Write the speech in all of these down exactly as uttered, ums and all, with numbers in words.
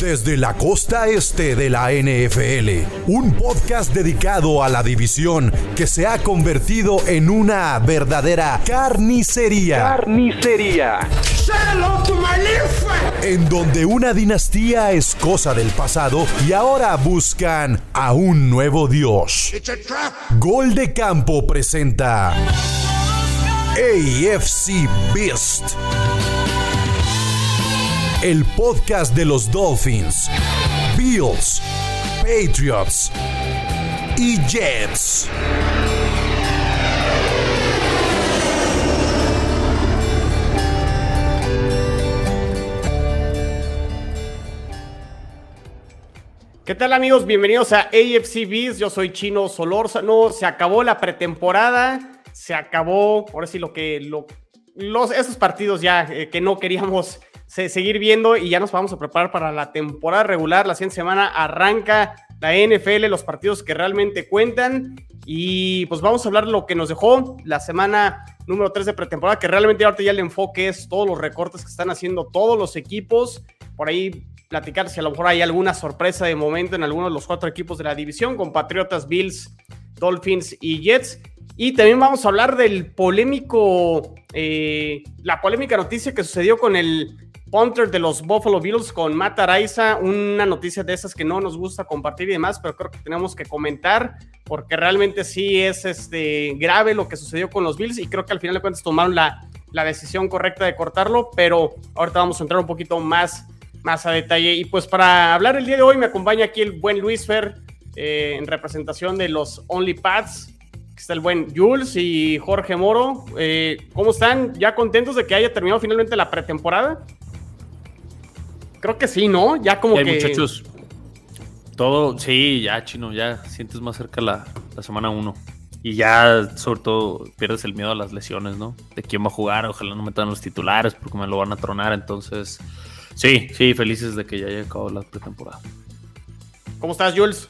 Desde la costa este de la N F L, un podcast dedicado a la división que se ha convertido en una verdadera carnicería. Carnicería. En donde una dinastía es cosa del pasado y ahora buscan a un nuevo dios. Gol de Campo presenta A F C Beast, el podcast de los Dolphins, Bills, Patriots y Jets. ¿Qué tal, amigos? Bienvenidos a A F C Beast. Yo soy Chino Solórzano. Se acabó la pretemporada, se acabó, ahora sí, lo que lo, los, esos partidos ya eh, que no queríamos se, seguir viendo, y ya nos vamos a preparar para la temporada regular. La siguiente semana arranca la N F L, los partidos que realmente cuentan, y pues vamos a hablar de lo que nos dejó la semana número tres de pretemporada, que realmente ahorita ya el enfoque es todos los recortes que están haciendo todos los equipos. Por ahí platicar si a lo mejor hay alguna sorpresa de momento en alguno de los cuatro equipos de la división, con Patriotas, Bills, Dolphins y Jets. Y también vamos a hablar del polémico, eh, la polémica noticia que sucedió con el punter de los Buffalo Bills, con Matt Araiza, una noticia de esas que no nos gusta compartir y demás, pero creo que tenemos que comentar, porque realmente sí es este, grave lo que sucedió con los Bills, y creo que al final de cuentas tomaron la, la decisión correcta de cortarlo, pero ahorita vamos a entrar un poquito más más a detalle. Y pues para hablar el día de hoy me acompaña aquí el buen Luis Fer, eh, en representación de los Only Pats. Está el buen Jules y Jorge Moro. Eh, ¿Cómo están? ¿Ya contentos de que haya terminado finalmente la pretemporada? Creo que sí, ¿no? Ya como hey, que... muchachos, todo, sí, ya, Chino, ya sientes más cerca la, la semana uno. Y ya, sobre todo, pierdes el miedo a las lesiones, ¿no? De quién va a jugar, ojalá no metan los titulares porque me lo van a tronar, entonces... Sí, sí, felices de que ya haya acabado la pretemporada. ¿Cómo estás, Jules?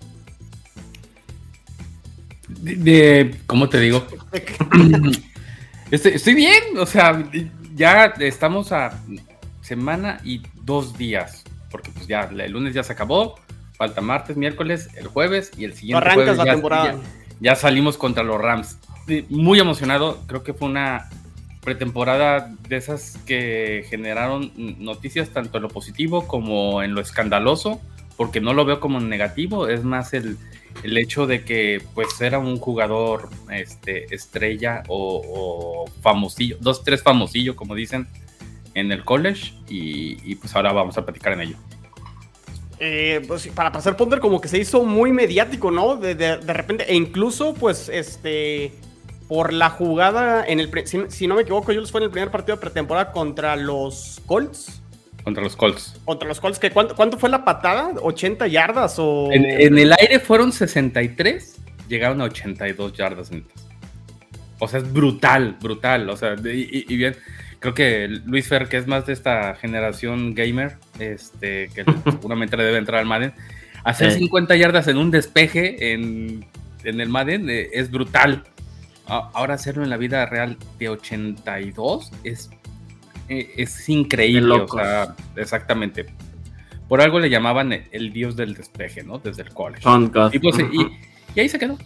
De, de ¿cómo te digo? estoy, estoy bien, o sea, ya estamos a semana y dos días, porque pues ya el lunes ya se acabó, falta martes, miércoles, el jueves y el siguiente arrancas jueves la ya, temporada. Ya, ya salimos contra los Rams. Muy emocionado, creo que fue una pretemporada de esas que generaron noticias tanto en lo positivo como en lo escandaloso, porque no lo veo como negativo, es más el, el hecho de que pues era un jugador este, estrella o, o famosillo, dos, tres famosillo como dicen en el college, y, y pues ahora vamos a platicar en ello. Eh, pues para pasar punter como que se hizo muy mediático, ¿no? De, de, de repente, e incluso pues este... por la jugada, en el si, si no me equivoco, Jules, fue en el primer partido de pretemporada contra los Colts. Contra los Colts. Contra los Colts, ¿que cuánto, ¿cuánto fue la patada? ¿ochenta yardas o...? En, en el aire fueron sesenta y tres, llegaron a ochenta y dos yardas netas. O sea, es brutal, brutal. O sea, y, y bien, creo que Luis Fer, que es más de esta generación gamer, este, que seguramente le debe entrar al Madden, hacer sí. cincuenta yardas en un despeje en, en el Madden eh, es brutal. Ahora hacerlo en la vida real de ochenta y dos es, es increíble, o sea, exactamente. Por algo le llamaban el, el dios del despeje, ¿no? Desde el college. Y, pues, uh-huh. y, y ahí se quedó.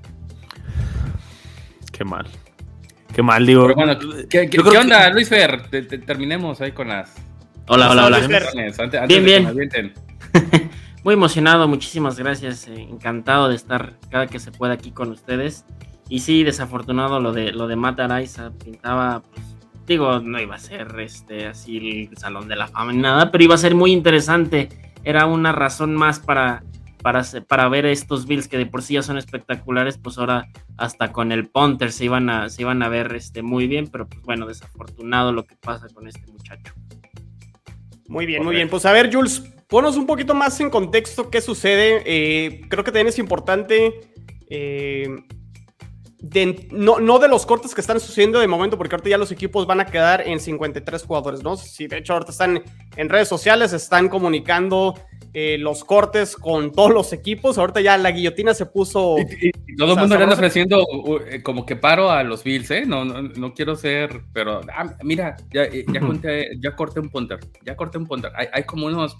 Qué mal. Qué mal, digo. Pero bueno, ¿qué, qué, ¿qué onda, que... Luis Fer? Te, te, terminemos ahí con las... Hola, hola, hola. Antes, antes bien, de bien. Muy emocionado, muchísimas gracias. Eh, encantado de estar cada que se pueda aquí con ustedes. Y sí, desafortunado lo de lo de Matt Araiza. Pintaba, pues, digo, no iba a ser este así el Salón de la Fama ni nada, pero iba a ser muy interesante. Era una razón más para, para, para ver estos Bills que de por sí ya son espectaculares, pues ahora hasta con el punter se iban a, se iban a ver este, muy bien, pero pues bueno, desafortunado lo que pasa con este muchacho. Muy bien, muy bien. Pues a ver, Jules, ponos un poquito más en contexto qué sucede. Eh, creo que también es importante... Eh, De, no, no de los cortes que están sucediendo de momento, porque ahorita ya los equipos van a quedar en cincuenta y tres jugadores, ¿no? Sí, de hecho ahorita están en redes sociales, están comunicando eh, los cortes con todos los equipos. Ahorita ya la guillotina se puso... Y, y todo el mundo le anda ofreciendo uh, como que paro a los Bills, ¿eh? No, no, no quiero ser, pero ah, mira, ya, ya, conté, ya corté un punter, ya corté un punter. Hay, hay como unos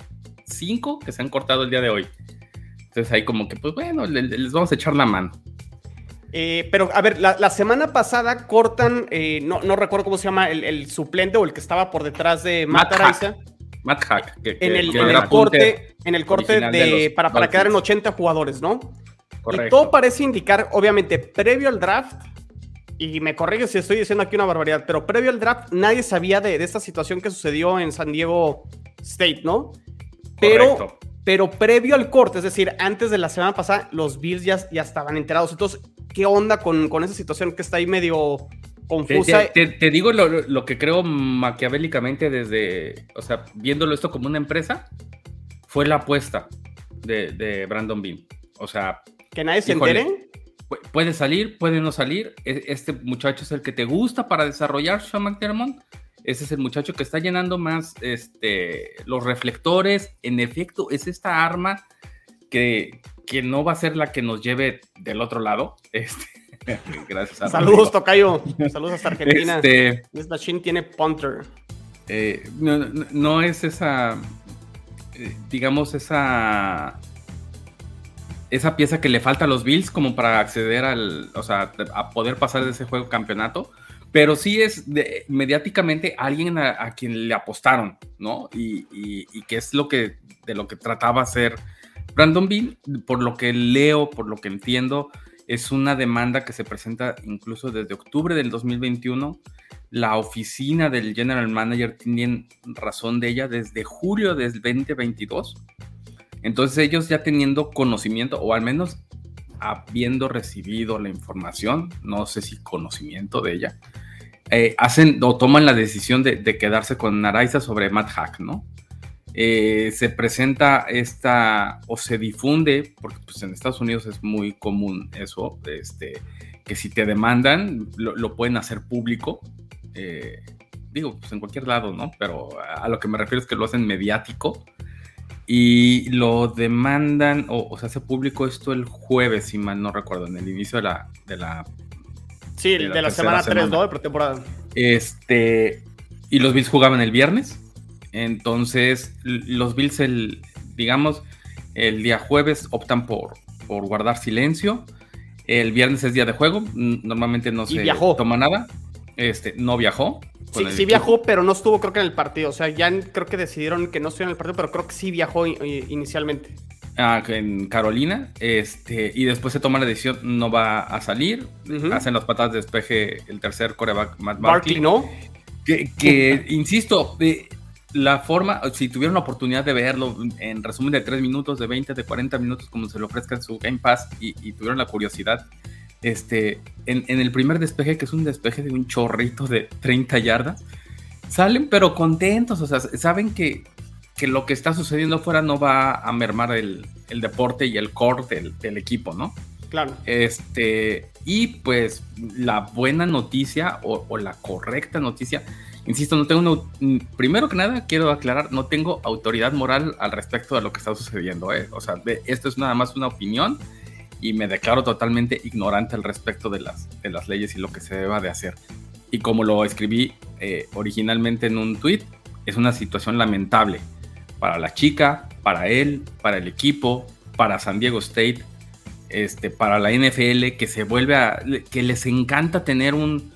cinco que se han cortado el día de hoy. Entonces ahí como que, pues bueno, les, les vamos a echar la mano. Eh, pero, a ver, la, la semana pasada cortan, eh, no, no recuerdo cómo se llama, el, el suplente o el que estaba por detrás de Matt Araiza. Matt Hack. Que, en el, que en el corte, en el corte de, de para, para quedar en ochenta jugadores, ¿no? Correcto. Y todo parece indicar, obviamente, previo al draft, y me corrige si estoy diciendo aquí una barbaridad, pero previo al draft nadie sabía de, de esta situación que sucedió en San Diego State, ¿no? Pero... Correcto. Pero previo al corte, es decir, antes de la semana pasada, los Bills ya, ya estaban enterados. Entonces, ¿qué onda con, con esa situación que está ahí medio confusa? Te, te, te digo lo, lo que creo maquiavélicamente desde, o sea, viéndolo esto como una empresa, fue la apuesta de, de Brandon Beane. O sea... ¿Que nadie se híjole, entere? Puede salir, puede no salir. Este muchacho es el que te gusta para desarrollar, Sean McDermott. Ese es el muchacho que está llenando más este, los reflectores. En efecto, es esta arma que, que no va a ser la que nos lleve del otro lado. Este, gracias a Saludos, Tocayo. Saludos hasta Argentina. Este, This machine tiene punter. Eh, no, no, no es esa, eh, digamos, esa... esa pieza que le falta a los Bills como para acceder al, o sea, a poder pasar de ese juego campeonato, pero sí es de, mediáticamente alguien a, a quien le apostaron, ¿no? Y, y, y que es lo que, de lo que trataba hacer Brandon Beane. Por lo que leo, por lo que entiendo, es una demanda que se presenta incluso desde octubre del dos mil veintiuno. La oficina del General Manager tienen razón de ella desde julio del veinte veintidós. Entonces ellos ya teniendo conocimiento, o al menos habiendo recibido la información, no sé si conocimiento de ella, eh, hacen o toman la decisión de, de quedarse con Araiza sobre Matt Hack, ¿no? Eh, se presenta esta, o se difunde, porque pues en Estados Unidos es muy común eso, este, que si te demandan, lo, lo pueden hacer público, eh, digo, pues en cualquier lado, ¿no? Pero a lo que me refiero es que lo hacen mediático, y lo demandan, o, o se hace público esto el jueves, si mal no recuerdo, en el inicio de la... De la sí, de la, de la semana tres, ¿no? De pretemporada. Este, y los Bills jugaban el viernes, entonces los Bills, el, digamos, el día jueves optan por, por guardar silencio, el viernes es día de juego, normalmente no se toma nada, este, no viajó. Sí, sí viajó, pero no estuvo creo que en el partido. O sea, ya creo que decidieron que no estuviera en el partido, pero creo que sí viajó inicialmente. Ah, en Carolina, este, y después se toma la decisión, no va a salir. Uh-huh. Hacen las patadas de despeje el tercer quarterback, Matt Barkley. Barkley, ¿no? Que, que insisto, de la forma, si tuvieron la oportunidad de verlo en resumen de tres minutos, de veinte, de cuarenta minutos, como se lo ofrezca en su Game Pass, y, y tuvieron la curiosidad, Este, en, en el primer despeje, que es un despeje de un chorrito de treinta yardas, salen pero contentos, o sea, saben que, que lo que está sucediendo afuera no va a mermar el, el deporte y el core del, del equipo, ¿no? Claro. Este, y pues la buena noticia o, o la correcta noticia, insisto, no tengo una, primero que nada quiero aclarar, no tengo autoridad moral al respecto de lo que está sucediendo, ¿eh? O sea, de, esto es nada más una opinión, y me declaro totalmente ignorante al respecto de las, de las leyes y lo que se deba de hacer. Y como lo escribí eh, originalmente en un tweet, es una situación lamentable para la chica, para él, para el equipo, para San Diego State, este, para la N F L, que se vuelve a... que les encanta tener un...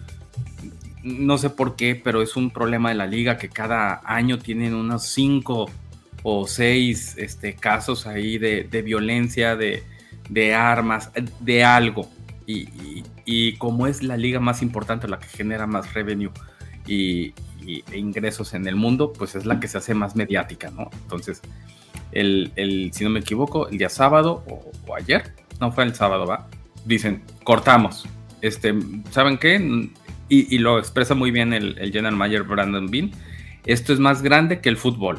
no sé por qué, pero es un problema de la liga que cada año tienen unos cinco o seis este, casos ahí de, de violencia, de... de armas, de algo, y, y, y como es la liga más importante, la que genera más revenue y, y e ingresos en el mundo, pues es la que se hace más mediática, ¿no? Entonces, el, el, si no me equivoco, el día sábado o, o ayer, no fue el sábado, ¿va? Dicen, cortamos, este, ¿saben qué? Y, y lo expresa muy bien el, el General Manager Brandon Beane, esto es más grande que el fútbol,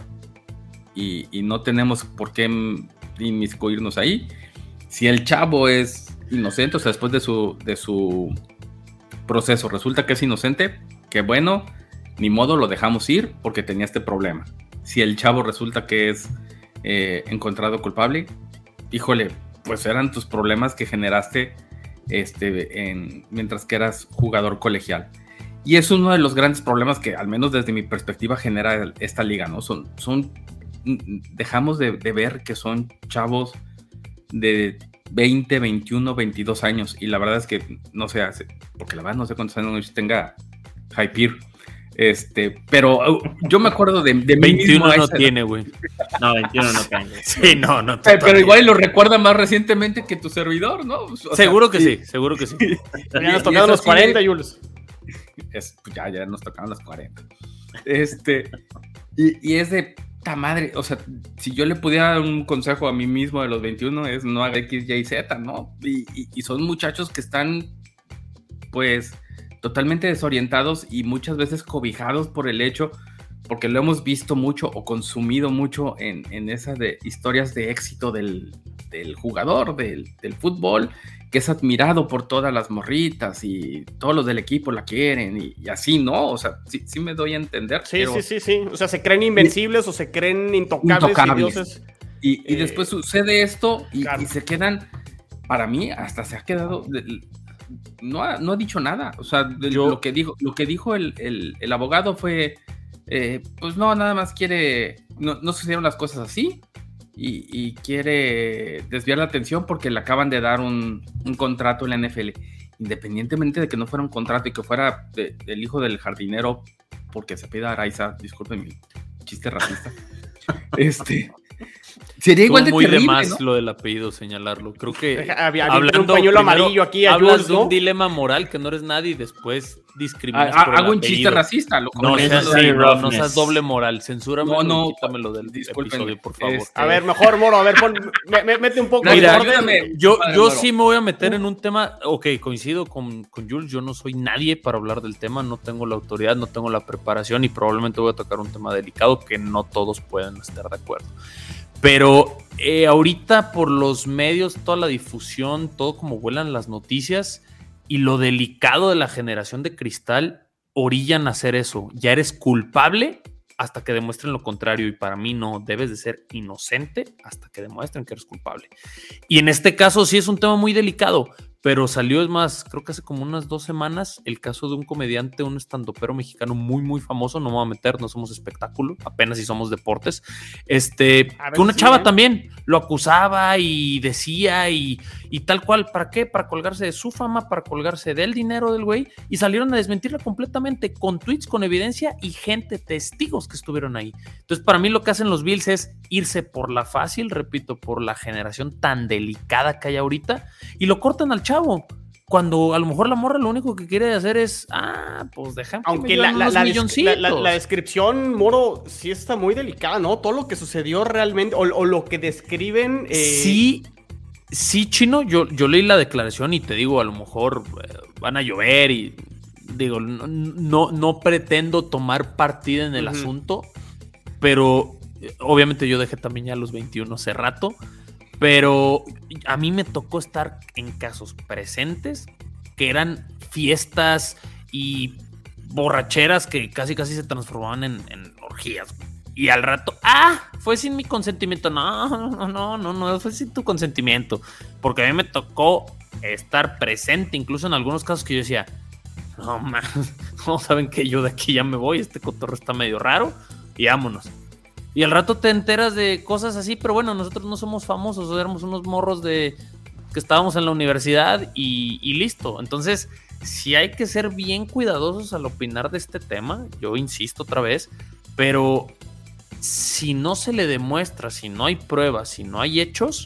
y, y no tenemos por qué inmiscuirnos ahí. Si el chavo es inocente, o sea, después de su, de su proceso resulta que es inocente, que bueno, ni modo, lo dejamos ir porque tenía este problema. Si el chavo resulta que es eh, encontrado culpable, híjole, pues eran tus problemas que generaste este, en, mientras que eras jugador colegial. Y es uno de los grandes problemas que, al menos desde mi perspectiva, genera esta liga, ¿no? Son, son dejamos de, de ver que son chavos de veinte, veintiuno, veintidós años, y la verdad es que no sé, porque la verdad no sé cuántos años tenga Jaipir, este, pero yo me acuerdo de, de veintiuno mí mismo, no tiene, güey. No, veintiuno no tiene. Sí, no, no. Pero, pero igual lo recuerda más recientemente que tu servidor, ¿no? O sea, seguro que sí, sí, seguro que sí. Ya nos tocaron los cuarenta, de... Jules. Es, pues ya, ya nos tocaron los cuarenta. Este, y, y es de ta madre, o sea, si yo le pudiera dar un consejo a mí mismo de los veintiuno es no haga X, Y, Z, ¿no? Y, y, y son muchachos que están, pues, totalmente desorientados y muchas veces cobijados por el hecho, porque lo hemos visto mucho o consumido mucho en, en esas de historias de éxito del, del jugador, del, del fútbol, que es admirado por todas las morritas y todos los del equipo la quieren y, y así, ¿no? O sea, sí, sí me doy a entender. Sí, pero... sí, sí, sí. O sea, se creen invencibles y... o se creen intocables, intocables. y dioses. Y, y eh... después sucede esto y, claro. y se quedan, para mí, hasta se ha quedado... No ha, no ha dicho nada. O sea, de, Yo... lo que dijo, lo que dijo el, el, el abogado fue, eh, pues no, nada más quiere, no, no sucedieron las cosas así. Y, y quiere desviar la atención porque le acaban de dar un, un contrato en la N F L, independientemente de que no fuera un contrato y que fuera de, del hijo del jardinero, porque se pida Araiza, disculpen mi chiste racista. este sería igual de muy terrible, de más, ¿no? Lo del apellido señalarlo. Creo que había, había hablando un pañuelo primero, amarillo aquí a hablas Jules, de ¿no? un dilema moral que no eres nadie y después discriminas Ah, por el hago un apellido. chiste racista, lo No, eso seas, es sí, de no, no roughness. seas doble moral. Censúrame No, no, y quítamelo del disculpen, episodio, por favor. este- A ver, mejor, Moro, a ver, pon, me, me, mete un poco No, de mira, orden. ayúdame. Yo, Padre, yo Moro. sí me voy a meter en un tema. Ok, coincido con, con Jules. Yo no soy nadie para hablar del tema. No tengo la autoridad, no tengo la preparación y probablemente voy a tocar un tema delicado que no todos pueden estar de acuerdo. Pero eh, ahorita por los medios, toda la difusión, todo como vuelan las noticias y lo delicado de la generación de cristal orillan a hacer eso. Ya eres culpable hasta que demuestren lo contrario y para mí no, debes de ser inocente hasta que demuestren que eres culpable. Y en este caso sí es un tema muy delicado, pero salió, es más, creo que hace como unas dos semanas, el caso de un comediante, un estandopero mexicano muy, muy famoso, no me voy a meter, no somos espectáculo, apenas si somos deportes, este, que una sí, chava ¿eh? también lo acusaba y decía y, y tal cual, ¿para qué? Para colgarse de su fama, para colgarse del dinero del güey, y salieron a desmentirla completamente con tweets, con evidencia y gente, testigos que estuvieron ahí. Entonces, para mí lo que hacen los Bills es irse por la fácil, repito, por la generación tan delicada que hay ahorita, y lo cortan al chavo. Cuando a lo mejor la morra lo único que quiere hacer es, ah, pues déjame. Aunque la, la, la, la, la, la descripción, Moro, sí está muy delicada, ¿no? Todo lo que sucedió realmente, o, o lo que describen. Eh... Sí, sí, Chino, yo, yo leí la declaración y te digo, a lo mejor eh, van a llover y digo, no, no, no pretendo tomar partida en el uh-huh. asunto, pero eh, obviamente yo dejé también ya los veintiuno hace rato. Pero a mí me tocó estar en casos presentes que eran fiestas y borracheras que casi casi se transformaban en, en orgías. Y al rato, ah, fue sin mi consentimiento. No, no, no, no, no, fue sin tu consentimiento. Porque a mí me tocó estar presente, incluso en algunos casos que yo decía, no, man, no saben que yo de aquí ya me voy, este cotorro está medio raro y vámonos. Y al rato te enteras de cosas así, pero bueno, nosotros no somos famosos, éramos unos morros de que estábamos en la universidad y, y listo. Entonces, sí hay que ser bien cuidadosos al opinar de este tema, yo insisto otra vez, pero si no se le demuestra, si no hay pruebas, si no hay hechos,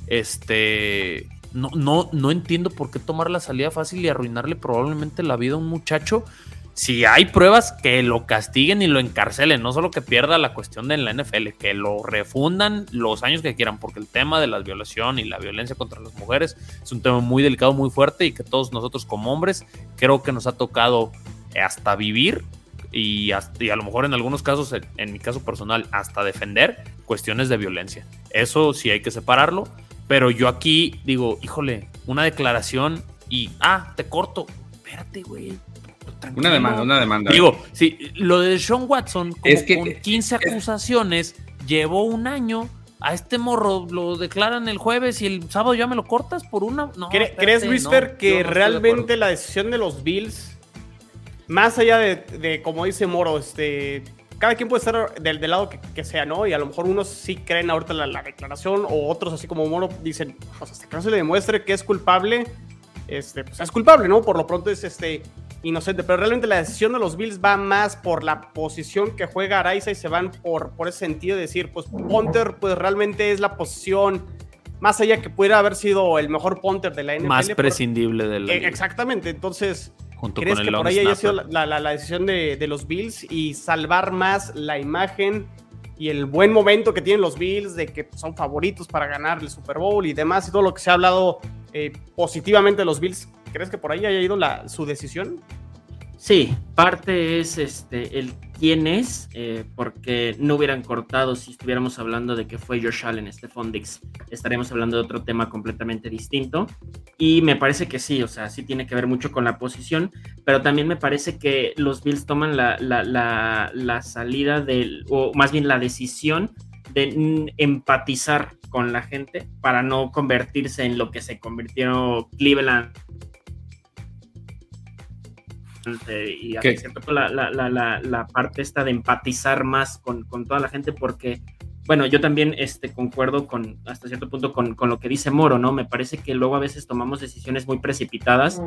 este, no, no, no entiendo por qué tomar la salida fácil y arruinarle probablemente la vida a un muchacho. Si hay pruebas, que lo castiguen y lo encarcelen, no solo que pierda la cuestión de la N F L, que lo refundan los años que quieran, porque el tema de la violación y la violencia contra las mujeres es un tema muy delicado, muy fuerte y que todos nosotros como hombres creo que nos ha tocado hasta vivir y, hasta, y a lo mejor en algunos casos, en, en mi caso personal, hasta defender cuestiones de violencia. Eso sí hay que separarlo, pero yo aquí digo, híjole, una declaración y, ah, te corto, espérate, güey. Tranquilo. Una demanda, una demanda. Digo, sí, lo de Deshaun Watson, como es que, con quince es, acusaciones, llevó un año. A este morro lo declaran el jueves y el sábado ya me lo cortas por una. No, ¿Cre espérate, ¿Crees, Luisfer, no, que no realmente de la decisión de los Bills, más allá de, de como dice Moro, este, cada quien puede estar del, del lado que, que sea, ¿no? Y a lo mejor unos sí creen ahorita la, la declaración, o otros, así como Moro, dicen, pues hasta que no se le demuestre que es culpable, este, pues es culpable, ¿no? Por lo pronto es este, inocente. Pero realmente la decisión de los Bills va más por la posición que juega Araiza y se van por, por ese sentido de decir, pues punter, pues realmente es la posición, más allá que pudiera haber sido el mejor punter de la N F L. Más prescindible de la eh, Exactamente, entonces... Junto ¿Crees con que el por ahí long haya sido snapper. la, la, la decisión de, de los Bills y salvar más la imagen y el buen momento que tienen los Bills de que son favoritos para ganar el Super Bowl y demás y todo lo que se ha hablado eh, positivamente de los Bills? ¿Crees que por ahí haya ido la, su decisión? Sí, parte es este el quién es, eh, porque no hubieran cortado si estuviéramos hablando de que fue Josh Allen, Stephon Diggs. Estaríamos hablando de otro tema completamente distinto. Y me parece que sí, o sea, sí tiene que ver mucho con la posición, pero también me parece que los Bills toman la, la, la, la salida del, o más bien la decisión de mm, empatizar con la gente para no convertirse en lo que se convirtió Cleveland. Y ¿Qué? cierto, la, la, la, la, la parte esta de empatizar más con, con toda la gente, porque bueno, yo también este, concuerdo con, hasta cierto punto con, con lo que dice Moro, ¿no? Me parece que luego a veces tomamos decisiones muy precipitadas,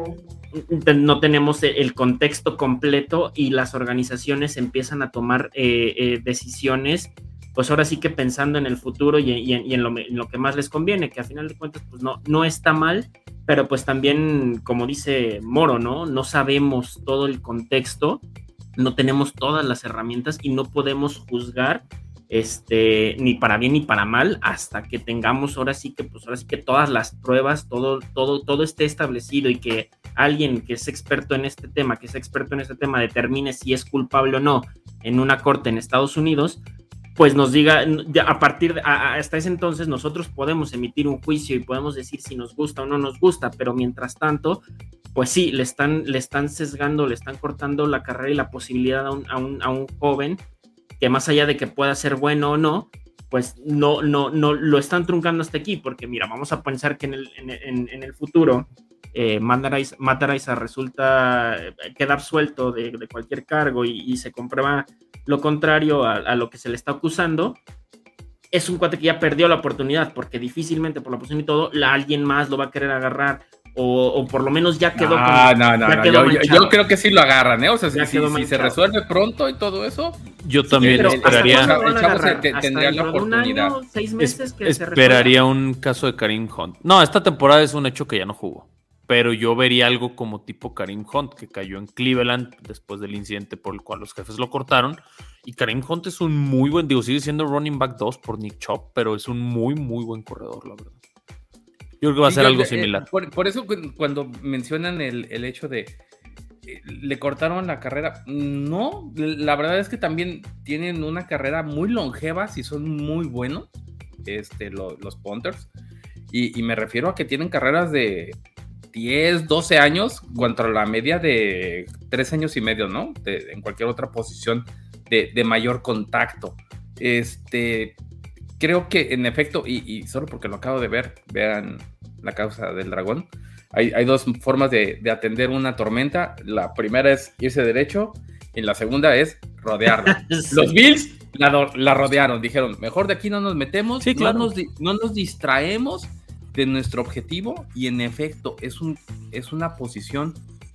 no tenemos el contexto completo y las organizaciones empiezan a tomar eh, eh, decisiones, pues ahora sí que pensando en el futuro y, y, y en, lo, en lo que más les conviene, que a final de cuentas pues no, no está mal, pero pues también, como dice Moro, ¿no? No sabemos todo el contexto, no tenemos todas las herramientas y no podemos juzgar este, ni para bien ni para mal hasta que tengamos ahora sí que, pues ahora sí que todas las pruebas, todo, todo, todo esté establecido y que alguien que es experto en este tema, que es experto en este tema, determine si es culpable o no en una corte en Estados Unidos, pues nos diga, a partir de, a, hasta ese entonces nosotros podemos emitir un juicio y podemos decir si nos gusta o no nos gusta, pero mientras tanto, pues sí, le están, le están sesgando, le están cortando la carrera y la posibilidad a un, a un, a un joven que más allá de que pueda ser bueno o no, pues no, no, no lo están truncando hasta aquí, porque mira, vamos a pensar que en el, en, en, en el futuro eh, Matt Araiza resulta, queda absuelto de, de cualquier cargo y, y se comprueba lo contrario a, a lo que se le está acusando. Es un cuate que ya perdió la oportunidad, porque difícilmente por la posición y todo, la, alguien más lo va a querer agarrar, o, o por lo menos ya quedó. No, con, no, no, ya no. quedó Yo, yo, yo creo que sí lo agarran, ¿eh? O sea, si, si, si se resuelve pronto y todo eso. Yo también pero esperaría. ¿hasta cuándo el lo van a chavo se agarrar? te- ¿Hasta tendría la dentro de un oportunidad. año, seis meses que se Esperaría un caso de Kareem Hunt. No, esta temporada es un hecho que ya no jugó. Pero yo vería algo como tipo Kareem Hunt, que cayó en Cleveland después del incidente por el cual los jefes lo cortaron. Y Kareem Hunt es un muy buen, digo, sigue siendo running back dos por Nick Chubb, pero es un muy, muy buen corredor, la verdad. Yo creo que va a Sí, ser yo- algo eh, similar. Por, por eso cu- cuando mencionan el, el hecho de eh, le cortaron la carrera, no, la verdad es que también tienen una carrera muy longeva, si son muy buenos este, lo- los punters, y, y me refiero a que tienen carreras de diez, doce años contra la media de tres años y medio, ¿no? De- en cualquier otra posición de, de mayor contacto. Este, creo que en efecto, y, y solo porque lo acabo de ver, vean La Causa del Dragón, hay, hay dos formas de, de atender una tormenta. La primera es irse derecho y la segunda es rodearla. Sí. Los Bills la, do- la rodearon, dijeron, mejor de aquí no nos metemos, Sí, claro. no, nos, di- no nos distraemos de nuestro objetivo, y en efecto es, un, es una posición,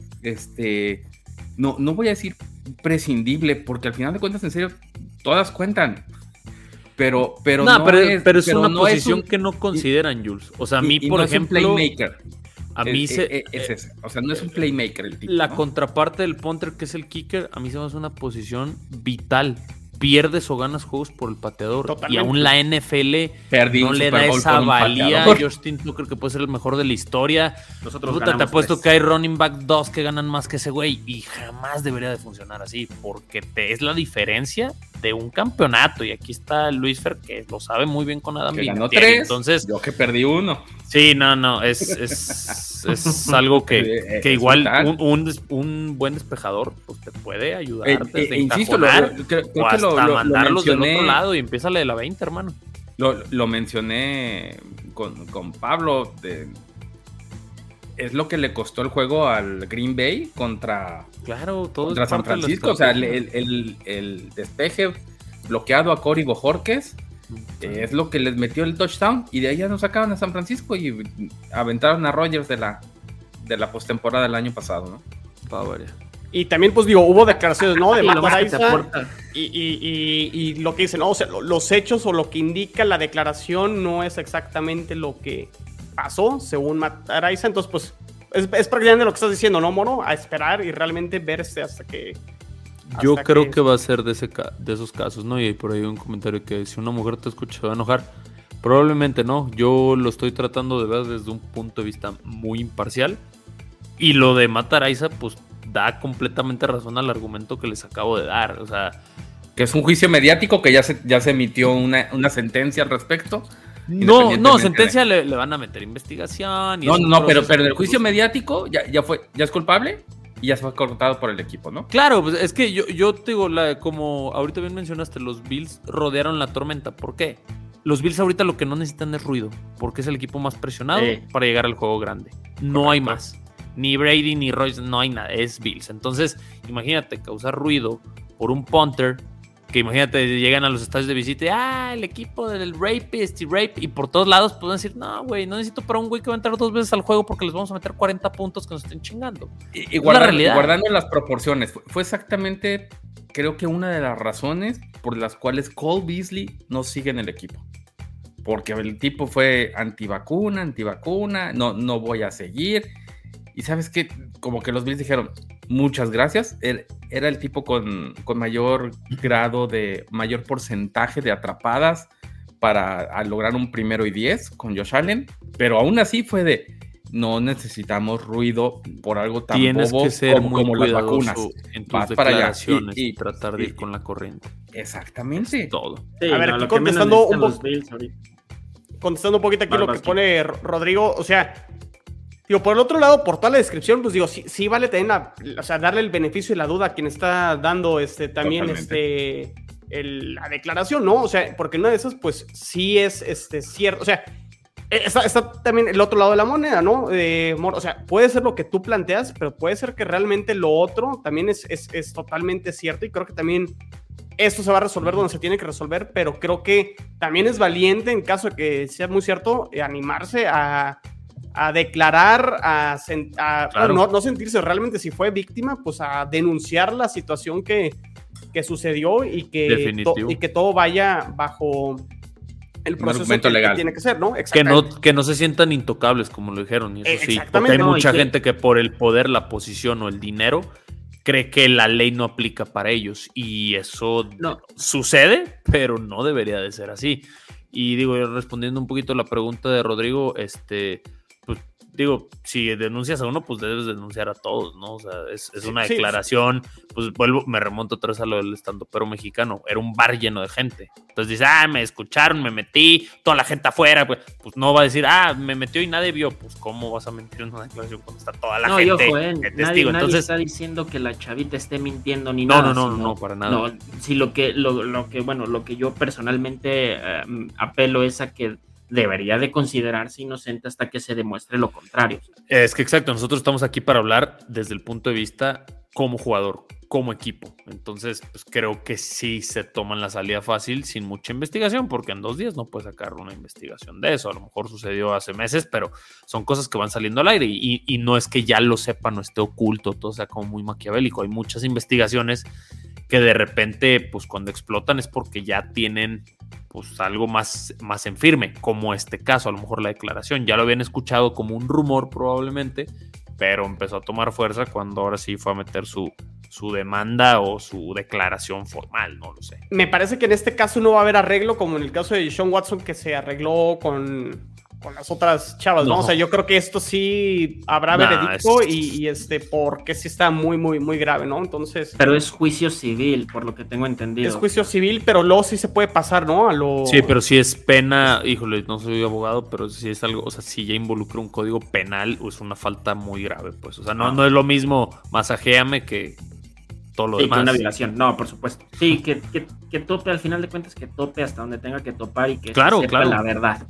este, no, no voy a decir prescindible, porque al final de cuentas, en serio, todas cuentan. Pero, pero no, no, pero, es, pero es pero una no es posición un- que no consideran, Jules. O sea, a mí, y- y por no es un ejemplo, playmaker. a mí Eh, se, eh, es ese. O sea, no es un playmaker el tipo, la ¿no? contraparte del punter, que es el kicker, a mí se me hace una posición vital. Pierdes o ganas juegos por el pateador. Totalmente. Y aún la N F L Perdí no un le Super da Bowl esa con un valía. pateador. Justin Tucker, que puede ser el mejor de la historia. Nosotros Puta, te ganamos apuesto tres. que hay running back dos que ganan más que ese güey. Y jamás debería de funcionar así. Porque te es la diferencia de un campeonato. Y aquí está Luis Fer, que lo sabe muy bien con Adam Que ganó Vinatieri. tres, Entonces, yo que perdí uno. sí, no, no. Es, es, es algo que, Eh, que es igual vital. un, un, des- un buen despejador pues, te puede ayudar Eh, desde eh, insisto, lo, encajonar lo- creo, creo o que hasta lo, lo- lo mandarlos del mencioné, otro lado y empieza de la veinte, hermano. lo, lo mencioné con, con Pablo. De, es lo que le costó el juego al Green Bay contra, claro, todo contra San Francisco. O sea, el, el, el despeje bloqueado a Corey Bojorquez eh, es lo que les metió el touchdown. Y de ahí ya nos sacaron a San Francisco y aventaron a Rodgers de la, de la postemporada del año pasado, ¿no? Power. Y también, pues digo, hubo declaraciones, ¿no? De Sí, Matt lo más que te Araiza aporta. y, y, y, y lo que dicen, ¿no? O sea, lo- los hechos o lo que indica la declaración no es exactamente lo que pasó, según Matt Araiza. Entonces, pues, es, es prácticamente lo que estás diciendo, ¿no, Moro? A esperar y realmente verse hasta que... Yo hasta creo que... va a ser de, ese ca- de esos casos, ¿no? Y hay por ahí un comentario que si una mujer te escucha se va a enojar. Probablemente no. Yo lo estoy tratando de ver desde un punto de vista muy imparcial. Y lo de Matt Araiza, pues da completamente razón al argumento que les acabo de dar. O sea, Que es un juicio mediático que ya se, ya se emitió una, una sentencia al respecto. no, no, Independientemente sentencia le, le van a meter investigación. Y No, es un no, pero, proceso pero el que, juicio pues, mediático ya, ya fue, ya es culpable y ya se fue cortado por el equipo, ¿no? Claro, pues es que yo, yo te digo, la, como ahorita bien mencionaste, los Bills rodearon la tormenta. ¿Por qué? Los Bills ahorita lo que no necesitan es ruido, porque es el equipo más presionado Sí. para llegar al juego grande. No hay más. Ni Brady ni Royce, no hay nada, es Bills. Entonces, imagínate causar ruido por un punter, que imagínate, llegan a los estadios de visita y, ah, el equipo del rapist y rape, y por todos lados pueden decir, no, güey, no necesito para un güey que va a entrar dos veces al juego porque les vamos a meter cuarenta puntos que nos estén chingando. Y, y Es guarda- la realidad. guardando las proporciones, fue, fue exactamente, creo que una de las razones por las cuales Cole Beasley no sigue en el equipo. Porque el tipo fue antivacuna, antivacuna, no, no voy a seguir. Y sabes qué, como que los Bills dijeron, muchas gracias. Él, era el tipo con, con mayor grado de, mayor porcentaje de atrapadas para a lograr un primero y diez con Josh Allen. Pero aún así fue de, no necesitamos ruido por algo tan Tienes bobo que ser como, muy como las cuidadoso vacunas. en tus Vas para allá. declaraciones Y- y, y- tratar de y- ir con la corriente. Exactamente. Todo. Sí, A ver, no, aquí lo que menos contestando necesitan un los poco- Bills ahorita. Contestando un poquito aquí Vas, lo que vas, pone Ro- Rodrigo, o sea, digo, por el otro lado, por toda la descripción, pues digo, sí, sí vale también, la- o sea, darle el beneficio de la duda a quien está dando este, también Totalmente. este, el- la declaración, ¿no? O sea, porque una de esas, pues sí es este, cierto, o sea, está, está también el otro lado de la moneda, ¿no? Eh, Mor- o sea, puede ser lo que tú planteas, pero puede ser que realmente lo otro también es, es, es totalmente cierto y creo que también esto se va a resolver donde se tiene que resolver, pero creo que también es valiente en caso de que sea muy cierto eh, animarse a, a declarar, a, sen- a- Claro. no, no sentirse realmente si fue víctima, pues a denunciar la situación que, que sucedió y que, Definitivo. to- y que todo vaya bajo el Un proceso argumento que, que legal. tiene que ser, ¿no? Que Exactamente. no, que no se sientan intocables, como lo dijeron. Y eso Eh, sí, porque exactamente. hay No, y mucha que- gente que por el poder, la posición o el dinero cree que la ley no aplica para ellos. Y eso No. sucede, pero no debería de ser así. Y digo, respondiendo un poquito a la pregunta de Rodrigo, este, pues digo, si denuncias a uno, pues debes denunciar a todos, ¿no? O sea, es, es Sí, una sí. declaración, pues vuelvo, me remonto otra vez a lo del estandopero mexicano, era un bar lleno de gente. Entonces dices, ah, me escucharon, me metí, toda la gente afuera, pues, pues no va a decir, ah, me metió y nadie vio. Pues, ¿cómo vas a mentir en una declaración cuando está toda la No, y gente ojo, eh, de nadie, testigo? nadie Entonces, está diciendo que la chavita esté mintiendo ni No, nada. no, no, sino- no, para nada. No, si lo que, lo, lo que, bueno, lo que yo personalmente eh, apelo es a que debería de considerarse inocente hasta que se demuestre lo contrario. es que exacto, nosotros estamos aquí para hablar desde el punto de vista como jugador, como equipo. Entonces, pues creo que sí se toman la salida fácil sin mucha investigación, porque en dos días no puedes sacar una investigación de eso. A lo mejor sucedió hace meses, pero son cosas que van saliendo al aire y, y no es que ya lo sepan o esté oculto, todo sea como muy maquiavélico. Hay muchas investigaciones que de repente, pues cuando explotan es porque ya tienen pues algo más, más en firme, como este caso, a lo mejor la declaración. Ya lo habían escuchado como un rumor probablemente, pero empezó a tomar fuerza cuando ahora sí fue a meter su, su demanda o su declaración formal, no lo sé. Me parece que en este caso no va a haber arreglo como en el caso de Sean Watson que se arregló con, con las otras chavas, ¿no? No. O sea, yo creo que esto sí habrá Nah, veredicto es- y, y este, porque sí está muy, muy, muy grave, ¿no? Entonces, Pero es juicio civil, por lo que tengo entendido. es juicio civil, pero luego sí se puede pasar, ¿no? A lo... Sí, pero si es pena, híjole, no soy abogado, pero si es algo, o sea, si ya involucra un código penal, es una falta muy grave, pues. O sea, no, no es lo mismo masajéame que todo lo Sí, que demás. una violación, no, por supuesto. Sí, que, que, que tope, al final de cuentas, que tope hasta donde tenga que topar y que Claro, sepa claro. la verdad.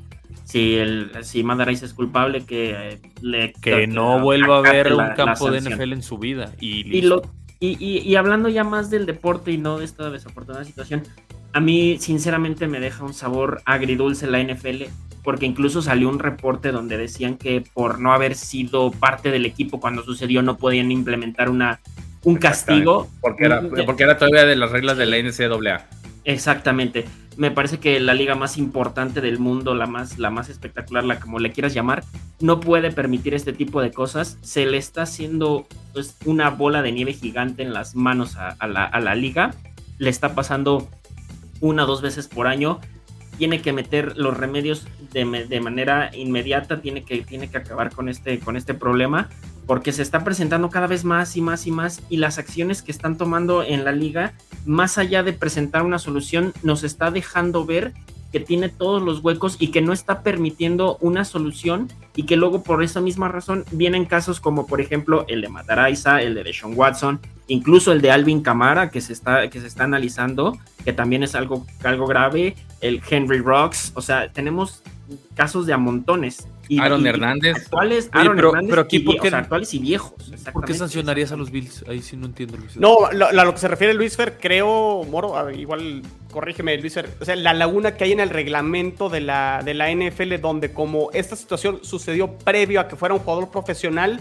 si el si Matt Araiza es culpable, que eh, le que, que, no que vuelva a ver acate un la- campo la de sanción. N F L en su vida. Y, Y, lo, y, y, y hablando ya más del deporte y no de esta desafortunada situación, a mí sinceramente me deja un sabor agridulce la N F L, porque incluso salió un reporte donde decían que por no haber sido parte del equipo cuando sucedió no podían implementar una, un castigo. Porque era, porque era todavía de las reglas de la N C A A. Exactamente. Me parece que la liga más importante del mundo, la más, la más espectacular, la como le quieras llamar, no puede permitir este tipo de cosas. Se le está haciendo pues, una bola de nieve gigante en las manos a, a, la, a la liga. Le está pasando una o dos veces por año. Tiene que meter los remedios de, de manera inmediata. Tiene que, tiene que acabar con este, con este problema, porque se está presentando cada vez más y más y más, y las acciones que están tomando en la liga, más allá de presentar una solución, nos está dejando ver que tiene todos los huecos y que no está permitiendo una solución, y que luego por esa misma razón vienen casos como por ejemplo el de Matt Araiza, el de Deshaun Watson, incluso el de Alvin Kamara que se está, que se está analizando, que también es algo, algo grave, el Henry Rocks, o sea, tenemos casos de a montones. Y, Aaron y, Hernández. Actuales, Oye, Aaron pero- Hernández pero aquí, y, ¿por qué- o sea, actuales y viejos. ¿Por qué exactamente. sancionarías a los Bills? Ahí sí no entiendo, Luis. No, lo, a lo que se refiere Luis Fer, creo, Moro, a ver, igual corrígeme, Luis Fer, o sea, la laguna que hay en el reglamento de la, de la N F L, donde como esta situación sucedió previo a que fuera un jugador profesional,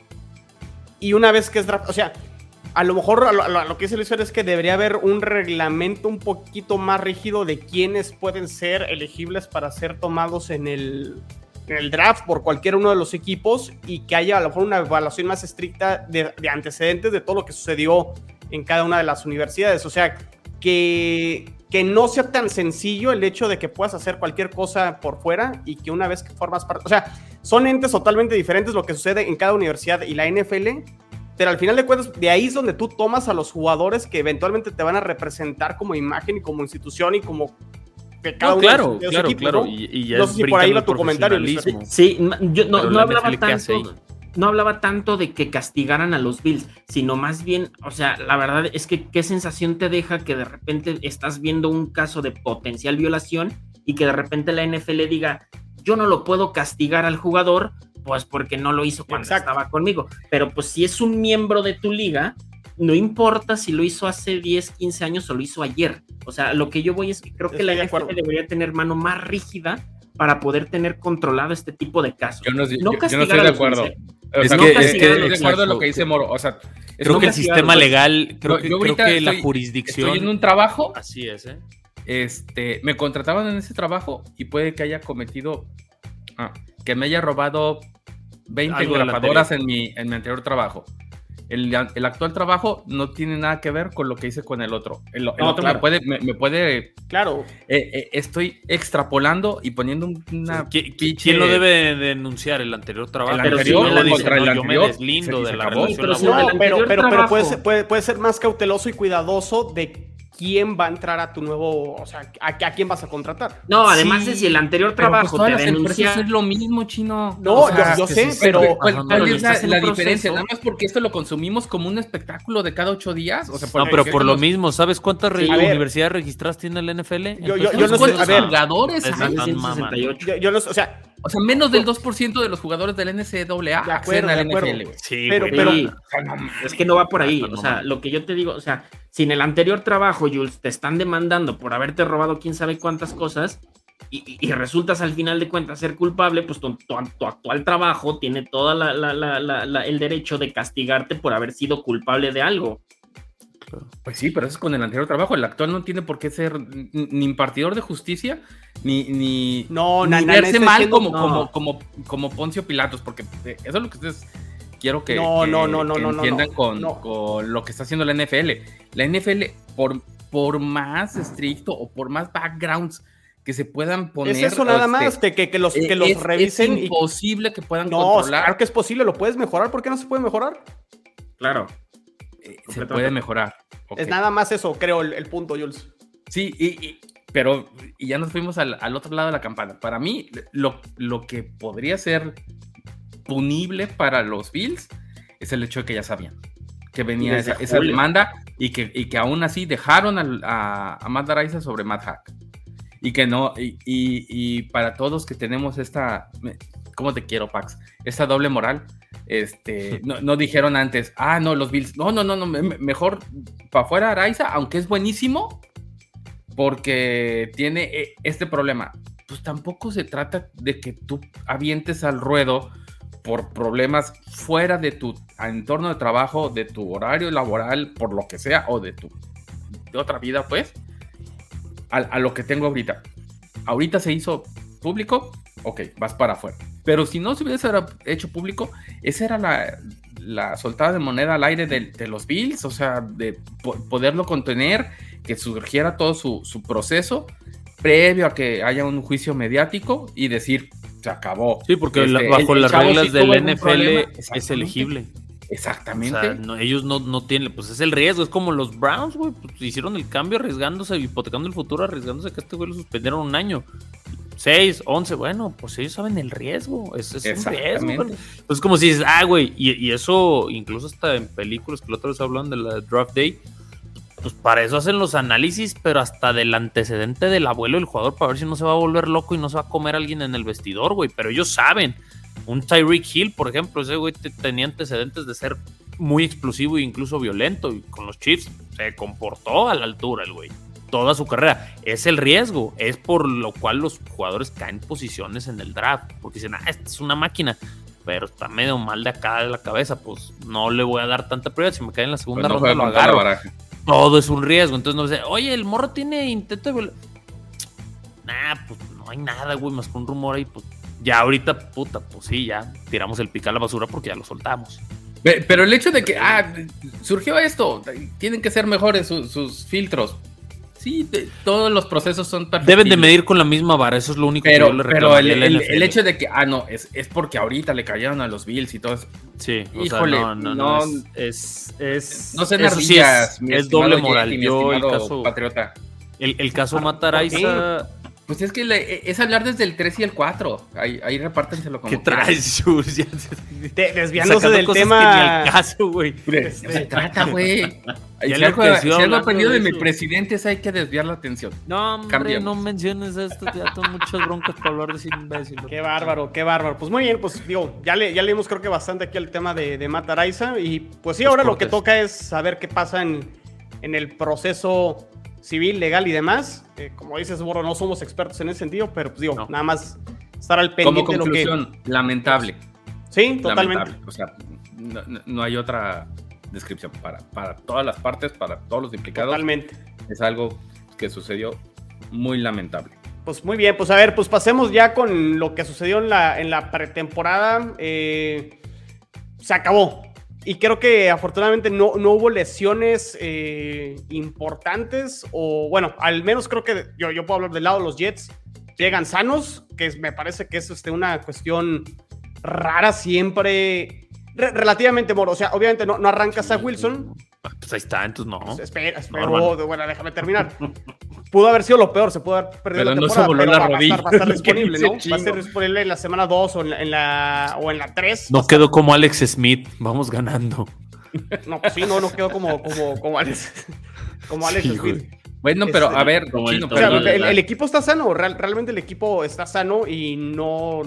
y una vez que es draft, o sea, a lo mejor a lo, a lo- a lo que dice Luis Fer es que debería haber un reglamento un poquito más rígido de quiénes pueden ser elegibles para ser tomados en el, en el draft por cualquier uno de los equipos, y que haya a lo mejor una evaluación más estricta de, de antecedentes de todo lo que sucedió en cada una de las universidades. O sea, que, que no sea tan sencillo el hecho de que puedas hacer cualquier cosa por fuera, y que una vez que formas parte, o sea, son entes totalmente diferentes lo que sucede en cada universidad y la N F L, pero al final de cuentas, de ahí es donde tú tomas a los jugadores que eventualmente te van a representar como imagen y como institución y como de cada No, uno claro, de los claro, equipos, claro. ¿no? Y, y ya No es sé si por ahí brincando va tu el comentario, Luis. profesionalismo. Sí, yo no, Pero no la hablaba N F L, ¿qué hace tanto, ahí? no hablaba tanto de que castigaran a los Bills, sino más bien, o sea, la verdad es que qué sensación te deja que de repente estás viendo un caso de potencial violación y que de repente la N F L diga, yo no lo puedo castigar al jugador, pues porque no lo hizo cuando Exacto. estaba conmigo. Pero pues si es un miembro de tu liga, no importa si lo hizo hace diez, quince años o lo hizo ayer. O sea, lo que yo voy es que creo que Estoy la de N F L acuerdo. debería tener mano más rígida para poder tener controlado este tipo de casos. Yo no, yo- yo no castigar estoy a de los acuerdo. Bills, ¿eh? O Es sea, que- no es estoy que- de acuerdo en exacto. lo que dice Moro. O sea, es Creo como que el que- sistema pues, legal, creo yo- que, yo creo ahorita que la estoy- jurisdicción. estoy en un trabajo, Así es, ¿eh? este, me contrataban en ese trabajo y puede que haya cometido, ah, que me haya robado veinte Algo del grapadoras en mi, en mi anterior trabajo. El, el actual trabajo no tiene nada que ver con lo que hice con el otro. El, el No, otro claro. me puede, me, me puede Claro. eh, eh, estoy extrapolando y poniendo un- una ¿Qui- qui- pinche- ¿Quién lo debe denunciar? ¿El anterior trabajo? El Pero anterior si no el dice, contra el no, anterior, yo me y deslindo se- y de se la acabó. relación Pero si No, laboral. el pero, anterior pero, pero trabajo. puede, ser, puede, puede ser más cauteloso y cuidadoso de quién va a entrar a tu nuevo, o sea, a, a quién vas a contratar. No, además Sí, de si el anterior pero pues trabajo todas te las empresas denuncia. es lo mismo, chino. No, O sea, yo, yo que sé, sí, pero... ¿Cuál, Ajá, cuál pero es la, estás en la un proceso. diferencia? Nada más porque esto lo consumimos como un espectáculo de cada ocho días. O sea, No, ¿por pero qué por lo estamos- mismo, ¿sabes cuántas re- Sí, a ver. universidades registradas tiene el N F L? Yo- yo- Entonces, yo no sé, ¿Cuántos a ver. jugadores Están hay? Más de ciento sesenta y ocho. Yo, yo no sé, o sea, O sea, menos del dos por ciento de los jugadores del N C A A De acuerdo, acceden al de N acuerdo. F L, güey. Sí, Pero- güey. pero- Sí, O sea, no, es que no va por ahí. No, no, O sea, no. lo que yo te digo, o sea, si en el anterior trabajo, Jules, te están demandando por haberte robado quién sabe cuántas cosas y, y- y resultas al final de cuentas ser culpable, pues tu, tu- tu actual trabajo tiene todo el derecho de castigarte por haber sido culpable de algo. Pues sí, pero eso es con el anterior trabajo. El actual no tiene por qué ser ni ni impartidor de justicia, ni, ni, No, ni na- na- verse estoy mal diciendo- como, no. como, como, como Poncio Pilatos, porque eh, eso es lo que ustedes quiero que, No, que- no, no, no, que no, no, entiendan no, con, no. con lo que está haciendo la N F L. La N F L, por, por más estricto o por más backgrounds que se puedan poner... es eso nada este, más, que, que, que los, que es- los es revisen. y- imposible que puedan No, controlar. claro que es posible, lo puedes mejorar. ¿Por qué no se puede mejorar? Claro. eh, se completamente. puede mejorar. Ok. Es nada más eso, creo, el, el punto, Jules. Sí, y, y- pero y ya nos fuimos al, al otro lado de la campana. Para mí, lo, lo que podría ser punible para los Bills es el hecho de que ya sabían que venía Desde esa, esa julio. demanda y que, y que aún así dejaron al- a, a Matt Araiza sobre Matt Hack. y que no, y, y, y para todos que tenemos esta, ¿cómo te quiero, Pax? Esta doble moral, este, no, no dijeron antes, ah, no, los Bills, no, no, no, no mejor para afuera Araiza, aunque es buenísimo, porque tiene este problema. Pues tampoco se trata de que tú avientes al ruedo por problemas fuera de tu entorno de trabajo, de tu horario laboral, por lo que sea, o de tu de otra vida, pues, a, a lo que tengo ahorita. Ahorita se hizo público, ok, vas para afuera. Pero si no se hubiese hecho público, esa era la, la soltada de moneda al aire de, de los Bills, o sea, de po- poderlo contener, que surgiera todo su, su proceso previo a que haya un juicio mediático y decir, se acabó. Sí, porque Este, la, bajo el, el las chavo reglas sí del tuvo N F L problema. es elegible. Exactamente. O sea, no, ellos no, no tienen, pues es el riesgo, es como los Browns, güey, pues hicieron el cambio arriesgándose, hipotecando el futuro, arriesgándose que a este güey lo suspendieron un año. seis, once, bueno, pues ellos saben el riesgo, es, es un riesgo. Güey. Pues como si dices, ah, güey, y, y eso incluso hasta en películas que la otra vez hablan de la Draft Day, pues para eso hacen los análisis, pero hasta del antecedente del abuelo del jugador, para ver si no se va a volver loco y no se va a comer a alguien en el vestidor, güey, pero ellos saben. Un Tyreek Hill, por ejemplo, ese güey te, tenía antecedentes de ser muy explosivo e incluso violento, y con los Chiefs se comportó a la altura el güey, toda su carrera. Es el riesgo, es por lo cual los jugadores caen posiciones en el draft, porque dicen, ah, esta es una máquina, pero está medio mal de acá de la cabeza, pues no le voy a dar tanta prioridad, si me cae en la segunda pues no ronda lo agarro. Todo es un riesgo, entonces no dice, oye, el morro tiene intento de violación. Nah, pues no hay nada, güey, más que un rumor ahí, pues ya ahorita, puta, pues sí, ya tiramos el pica a la basura porque ya lo soltamos. Pero el hecho de que, ah, surgió esto, tienen que ser mejores sus, sus filtros. Sí, de, todos los procesos son perfectos. Deben de medir con la misma vara, eso es lo único pero, que yo le reclamo. Pero el, el, el, el hecho de que, ah, no, es, es porque ahorita le cayeron a los Bills y todo eso. Sí, o híjole, sea, no, no, no, no, es, es, es no se eso sí es, es doble moral. Jay, yo el caso, patriota. El, el caso Matt Araiza. Pues es que le, es hablar desde el tres y el cuatro. Ahí, ahí repártenselo como ¿qué traes, Jules? Ya te, desviándose del tema. Que ni al caso, güey. No se trata, güey. Si algo, si algo aprendido de, de mi presidente es hay que desviar la atención. No, hombre, Cambiamos. No menciones esto. Ya tengo muchas broncas para hablar de ese imbécil. Qué bárbaro, qué bárbaro. Pues muy bien, pues digo, ya, le, ya leímos creo que bastante aquí el tema de, de Matt Araiza. Y pues sí, ahora lo que toca es saber qué pasa en, en el proceso civil, legal y demás. Eh, como dices, Borro, no somos expertos en ese sentido, pero pues digo, no. nada más estar al pendiente como conclusión, de lo que... lamentable. Sí, totalmente. Lamentable. O sea, no, no hay otra descripción para, para todas las partes, para todos los implicados. Totalmente. Es algo que sucedió muy lamentable. Pues muy bien, pues a ver, pues pasemos ya con lo que sucedió en la, en la pretemporada. Eh, se acabó. Y creo que afortunadamente no, no hubo lesiones eh, importantes, o bueno, al menos creo que yo, yo puedo hablar del lado de los Jets, llegan sanos, que es, me parece que es este, una cuestión rara siempre, re, relativamente, moro, o sea, obviamente no, no arrancas a Wilson. Pues ahí está, entonces no. Pues espera, espera, no, bueno, déjame terminar. Pudo haber sido lo peor, se pudo haber perdido pero la no temporada, se voló pero la va, rodilla. Va, a estar, va a estar disponible, ¿no? Va a estar disponible en la semana dos o en la, en la, o en la tres. No quedó como Alex Smith, vamos ganando. No, pues sí, no, no quedó como, como, como Alex, como Alex sí, Smith. Bueno, pero este, a ver, como chino, el, o sea, el, el equipo está sano, real, realmente el equipo está sano y no...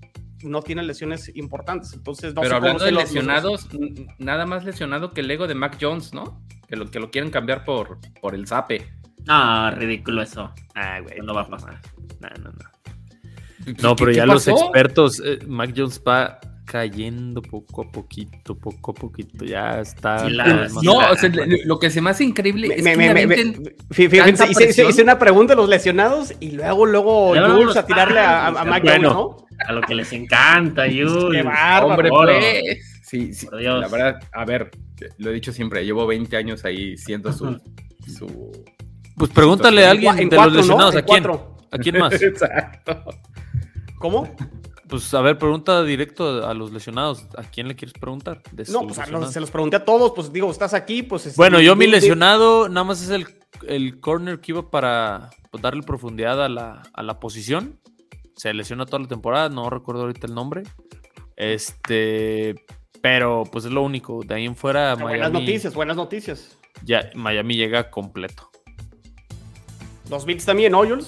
no tiene lesiones importantes, entonces no pero sé hablando cómo de los, lesionados, los... nada más lesionado que el ego de Mac Jones, ¿no? Que lo, que lo quieren cambiar por, por el Zape. No, ridículo eso. Ah, güey. No va a pasar. No, no, no. No, pero ya los expertos, eh, Mac Jones va cayendo poco a poquito, poco a poquito, ya está. Sí, la, no, o sea, lo que se me hace increíble me, es me, que me, me, fíjense, hice, hice una pregunta a los lesionados y luego, luego Jules a tirarle a, a Mac Jones, ¿no? A lo que les encanta, Jules. Qué bárbaro. Hombre, pues. Sí, sí, la verdad, a ver, lo he dicho siempre, llevo veinte años ahí siendo su... su pues pregúntale a alguien en de cuatro, los lesionados, ¿no? ¿A quién? Cuatro. ¿A quién más? Exacto. ¿Cómo? Pues a ver, pregunta directo a los lesionados. ¿A quién le quieres preguntar? No, pues a los, se los pregunté a todos, pues digo, estás aquí, pues... Es, bueno, yo mi lesionado nada más es el, el corner que iba para pues, darle profundidad a la, a la posición. Se lesiona toda la temporada, no recuerdo ahorita el nombre. Este... Pero pues es lo único. De ahí en fuera, Miami... Buenas noticias, buenas noticias. Ya, Miami llega completo. Los Bills también, ¿no, Jules?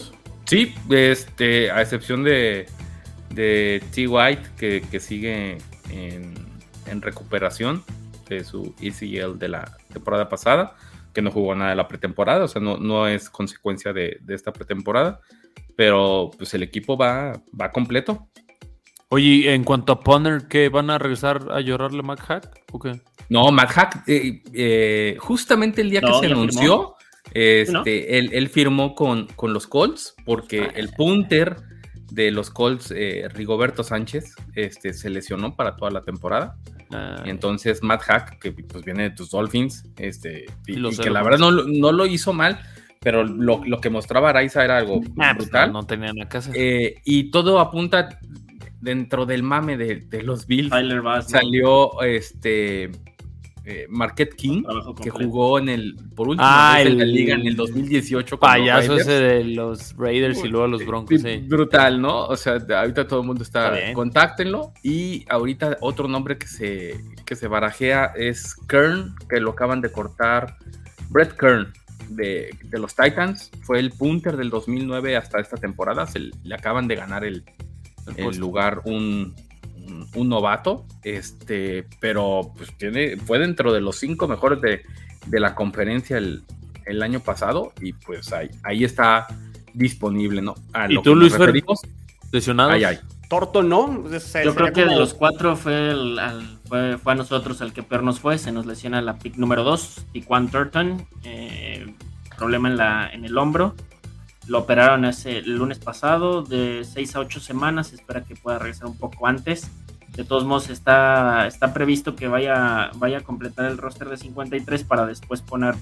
Sí, este, a excepción de, de T. White, que, que sigue en, en recuperación de su E C L de la temporada pasada, que no jugó nada de la pretemporada, o sea, no, no es consecuencia de, de esta pretemporada, pero pues el equipo va, va completo. Oye, en cuanto a Punter, ¿qué van a regresar a llorarle a Matt Hack? ¿O qué? No, Matt Hack, eh, eh, justamente el día No, que se anunció, firmó. este, ¿No? él, él firmó con, con los Colts, porque Ah. el punter de los Colts, eh, Rigoberto Sánchez, este, se lesionó para toda la temporada. Ah, Entonces Matt Hack, que pues viene de tus Dolphins, este, y, Y lo y sé, que lo la verdad conozco. no, lo- no lo hizo mal, pero lo, lo que mostraba Araiza era algo ah, pues, brutal. no, no tenían nada que hacer. Eh, y todo apunta dentro del mame de, de los Bills. Tyler Bass, ¿no? Salió este eh, Marquette King, Trabajo que completo. jugó en el por última Ah, vez en la el liga en el dos mil dieciocho con los Payaso Raiders. ese de los Raiders y luego los Broncos, sí. Brutal, ¿no? O sea, ahorita todo el mundo está, Está bien. contáctenlo. Y ahorita otro nombre que se, que se barajea es Kern, que lo acaban de cortar. Brett Kern, de, de los Titans, fue el punter del dos mil nueve hasta esta temporada. Se le acaban de ganar el, El el puesto. lugar un, un, un novato, este, pero pues tiene, fue dentro de los cinco mejores de, de la conferencia el, el año pasado, y pues ahí, ahí está disponible, ¿no? A ¿Y lo tú, que nos Luis Fer? referimos, ¿Lesionados? ahí hay. Torto, ¿no? Pues, se- Yo creo sería que de como- los cuatro fue, el, al- fue, fue a nosotros el que peor nos fue. Se nos lesiona la pick número dos, Tiquan Turton. Eh, problema en, la, en el hombro. Lo operaron ese, el lunes pasado de seis a ocho semanas. Se espera que pueda regresar un poco antes. De todos modos, está, está previsto que vaya, vaya a completar el roster de cincuenta y tres para después ponerlo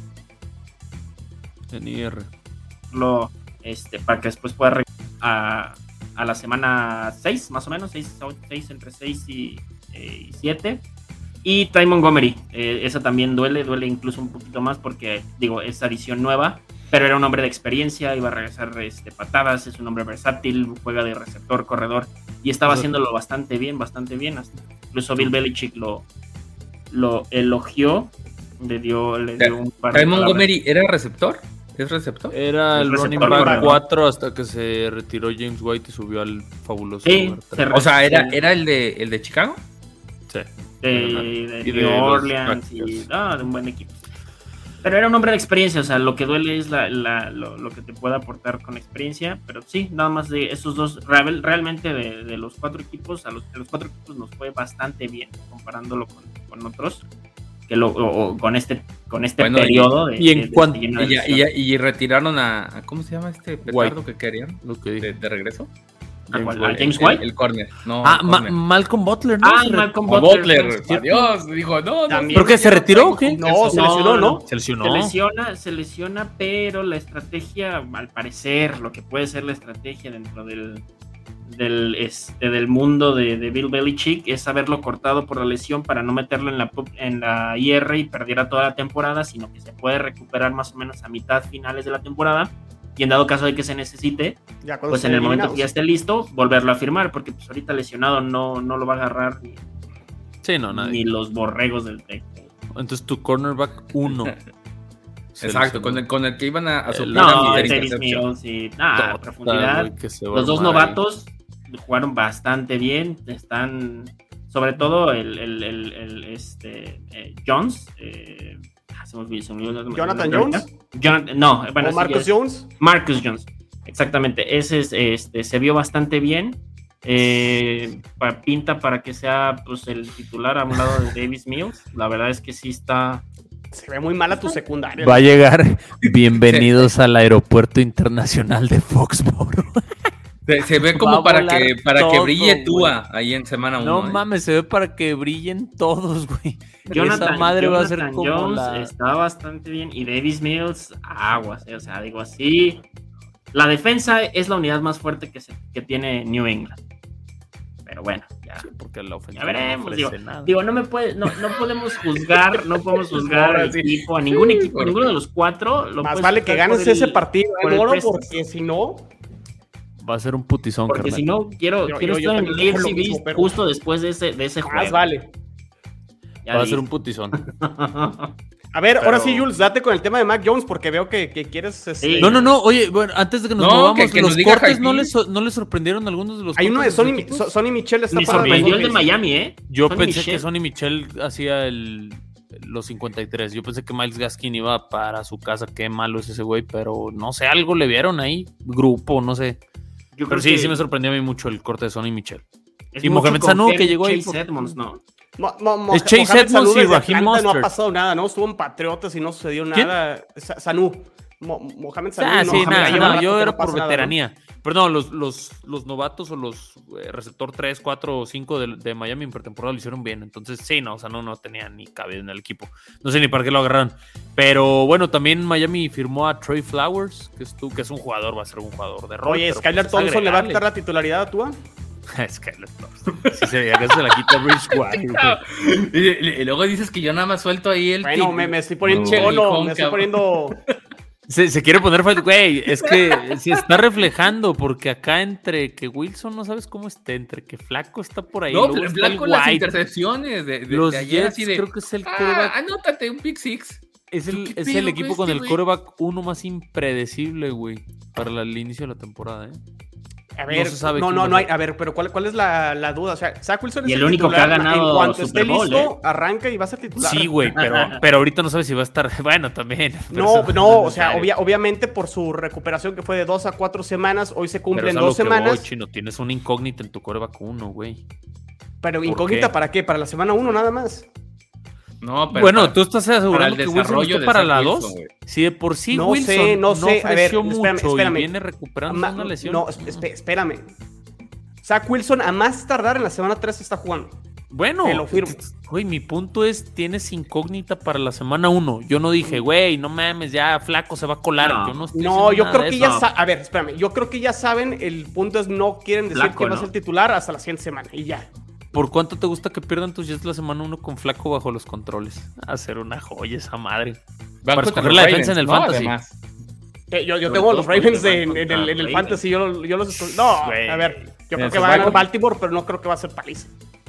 En I R. este, para que después pueda regresar a, a la semana seis, más o menos, seis, entre seis y siete. Y Ty Montgomery, eh, esa también duele, duele incluso un poquito más porque, digo, es adición nueva, pero era un hombre de experiencia, iba a regresar este, patadas, es un hombre versátil, juega de receptor, corredor, y estaba Ajá. haciéndolo bastante bien, bastante bien. Hasta incluso Bill Belichick lo, lo elogió, le dio, le dio un par de Ty palabras. Montgomery era receptor, ¿es receptor? Era el El running receptor back corredor. cuatro hasta que se retiró James White y subió al fabuloso Sí, lugar se tres. O sea, era, Sí. era el de el de Chicago. Sí. de, de Y de New los Orleans y Packers. ah, de un buen equipo. Pero era un hombre de experiencia, o sea, lo que duele es la, la- lo, lo que te puede aportar con experiencia, pero sí, nada más de esos dos, real- realmente de, de los cuatro equipos, a los, de los cuatro equipos nos fue bastante bien, comparándolo con, con otros, que lo, o, o con este, con este Bueno, periodo de, y en de- de cuanto- lleno de Y, ya- y, lesiones. ya- y retiraron a, a- ¿cómo se llama este petardo White. que querían Lo que dije. de, de regreso? ¿A cuál? ¿A White. James El- White? El, corner. No, Ah, el Ma- corner. Malcolm Butler, ¿no? Ah, Se re- Malcolm O Butler. Butler, ¿cierto? adiós, dijo, no, no. También. ¿Pero qué, se retiró o qué? No, se lesionó, ¿no? Se lesionó. Se lesiona, se lesiona, pero la estrategia, al parecer, lo que puede ser la estrategia dentro del, del, este, del mundo de, de Bill Belichick es haberlo cortado por la lesión para no meterlo en la, pu- en la I R y perdiera toda la temporada, sino que se puede recuperar más o menos a mitad finales de la temporada y en dado caso de que se necesite, Ya cuando pues estén en el momento que ya eliminados. esté listo, volverlo a firmar, porque pues ahorita lesionado no, no lo va a agarrar ni, Sí, no, nadie. ni los borregos del Tec. Entonces tu cornerback uno. Se Exacto, lesionó. con el, con el que iban a, a El- suplir a No, Peter Davis Interception. Mills y nada, Total, profundidad. güey, que se va Los a dos armar ahí. novatos jugaron bastante bien. Están, sobre todo el, el, el, el, este eh, Jones. Eh, ah, se me olvidó, se me olvidó el nombre. Jonathan Jones Jonathan- no, bueno, o sí, Marcus ya es- Jones. Marcus Jones. Exactamente. Ese es, este, se vio bastante bien. Eh, pa- pinta para que sea pues el titular a un lado de Davis Mills. La verdad es que sí está. Se ve muy mala tu secundaria. Va a llegar. Bienvenidos al aeropuerto internacional de Foxborough. Se, se ve Va como a para volar que, para que todo, brille güey. Tua ahí en semana uno. No ¿eh? mames, se ve para que brillen todos, güey. Jonathan, Esa madre va a ser Jonathan como Jones la... está bastante bien y Davis Mills, aguas, eh, o sea, digo así. La defensa es la unidad más fuerte que, se, que tiene New England. Pero bueno, ya. Porque la ofensiva Ya veremos, no digo, ofrece nada. Digo, no me puede, no, no podemos juzgar, no podemos juzgar Ahora al sí. equipo, a ningún equipo, Porque- ninguno de los cuatro. Lo Más puedes vale que juzgar ganes por el- ese partido, por ¿eh, el Moro? precio. Porque si no, Va a ser un putizón, Porque carnal. si no, quiero, Yo- quiero yo- yo estar en también el digo A F C lo mismo, Beast pero- justo después de ese, de ese juego. más vale. Ya Va a ser listo. un putizón. A ver, Pero... ahora sí, Jules, date con el tema de Mac Jones porque veo que, que quieres... Este... Sí. No, no, no, oye, bueno, antes de que nos No, movamos, que- que nos los diga cortes Jaime. no les, no les sorprendieron algunos de los Hay uno de cortes sus Sonny, equipos? So- Sonny Michel está Me para sorprendió el los de Dolphins. Miami, ¿eh? Yo Sonny pensé Michel. que Sonny Michel hacía el, los cincuenta y tres. Yo pensé que Myles Gaskin iba para su casa. Qué malo es ese güey, pero no sé, algo le vieron ahí. Grupo, no sé. Yo Pero creo sí, que sí me sorprendió a mí mucho el corte de Sonny Michel. es y mucho Mohamed con Sanu, Kevin que llegó ahí Chase por- Edmonds, ¿no? Mo- mo- mo- Es Chase Mohamed Edmonds Sanu y desde Raheem Atlanta no ha Mostert. pasado nada, ¿no? Estuvo en Patriotas y no sucedió ¿Quién? nada. Sa- Sanu. Mo- Mohamed Sanu. Ah, no, sí, Mohamed nada, lleva no, rato yo que era no por pasa nada, ¿no? veteranía. Pero no, los, los, los novatos o los eh, receptor tres, cuatro o cinco de, de Miami en pretemporada lo hicieron bien. Entonces, sí, no, o sea, no, no tenía ni cabida en el equipo. No sé ni para qué lo agarraron. Pero bueno, también Miami firmó a Trey Flowers, que es, tú, que es un jugador, va a ser un jugador de rol. Oye, pero, Skylar pues, es Thompson le va a agregable. quitar la titularidad a Tua. Skylar Thompson. Sí, se veía que se la quita Bridgewater, güey. Y, y- y luego dices que yo nada más suelto ahí el... Bueno, tic- me, me estoy poniendo No. tono, Lijón, me estoy cabrón. poniendo. Se, se quiere poner fight, güey. Es que se está reflejando, porque acá entre que Wilson no sabes cómo esté, entre que Flaco está por ahí, No, luego está Flaco el con las White. intercepciones de, de, Los de ayer Jets, así de... creo que es el Ah, quarterback- anótate un pick six. Es el, ¿Qué es pedo el con equipo con este, el güey? quarterback uno más impredecible, güey, para el inicio de la temporada, ¿eh? A ver, se sabe no, quién no, va a no hay. ser. A ver, pero ¿cuál, cuál es la, la duda? O sea, Zach Wilson es Y el único que ha titular, ganado en cuanto esté Super Bowl, listo, ¿eh? arranca y va a ser titular. Sí, güey, pero, pero ahorita no sabes si va a estar. Bueno, también. pero No, eso no, es o sea, necesario. obvia- obviamente por su recuperación que fue de dos a cuatro semanas, hoy se Pero cumplen es a lo dos que semanas. voy, Chino, tienes una incógnita en tu quarterback uno, güey. Pero ¿Por incógnita, qué? ¿para qué? ¿Para la semana uno nada más? No, pero Bueno, para- tú estás para asegurando el que Wilson desarrollo esté de para Zach la Wilson, dos. güey. Si de por sí No Wilson sé, no sé. A ver, ofreció espérame, mucho espérame. y viene recuperando Ma- una lesión. No, esp- espérame. Zach Wilson, a más tardar en la semana tres está jugando. Bueno, Te lo firmo. güey, mi punto es, tienes incógnita para la semana uno. Yo no dije, güey, no mames, ya Flaco se va a colar. No. Yo no estoy No, diciendo yo nada creo de que eso. ya saben. A ver, espérame. Yo creo que ya saben. El punto es no quieren decir Flaco, que va a ¿no? ser titular hasta la siguiente semana. Y ya. ¿Por cuánto te gusta que pierdan tus Jets la semana uno con Flaco bajo los controles? Hacer una joya esa madre. Van para contra escoger los la Ravens, defensa en el ¿no? fantasy. Además. Que Yo, yo Sobre tengo a todo los Ravens porque en, van en el, contra en el Ravens. fantasy. Yo, lo- yo los estoy. No, Güey. a ver. Yo creo En que va a ganar Survivor. Baltimore, pero no creo que va a ser paliza.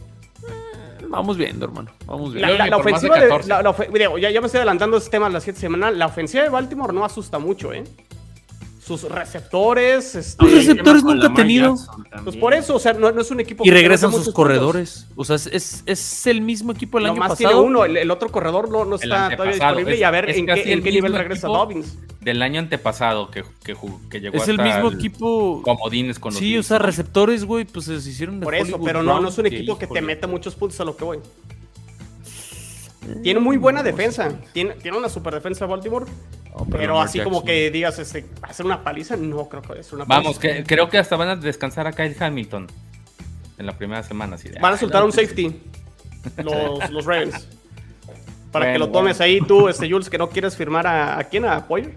Vamos viendo, hermano. Vamos La, viendo. la- ni la por más de ofensiva de. catorce. la- la ofe- digo, ya, ya me estoy adelantando este tema de la siguiente semana. La ofensiva de Baltimore no asusta mucho, ¿eh? Sus receptores. Este, Los receptores Con nunca ha Lamar tenido. Jackson también. pues por eso, o sea, no, no es un equipo Y que regresan mete sus muchos corredores. O sea, es, es, es el mismo equipo del puntos. año Nomás pasado. tiene uno, el, el otro corredor no, no El está todavía antepasado. disponible. Es- y a ver es en casi qué, en el qué nivel mismo regresa equipo Dobbins. Del año antepasado que, que, jugó- que llegó Es el hasta mismo equipo. comodines con los Sí, o Bills, sea, ¿no? receptores, güey, pues se hicieron de Por eso, Hollywood pero no, no Browns, es un equipo que te híjole. mete muchos puntos a lo que voy. Tiene muy buena No, defensa. sí. Tiene, tiene una super defensa Baltimore. No, Pero Lamar así como Jackson. que digas, este, ¿va a ser una paliza? No creo que es una Vamos, paliza. que, creo que hasta van a descansar a Kyle Hamilton en la primera semana. Así de, Van a "Ay, soltar no, un pues, safety. Los, los Ravens. Para que Bueno, lo tomes bueno. ahí tú, este Jules, que no quieres firmar a, ¿a quién? ¿A Poyer?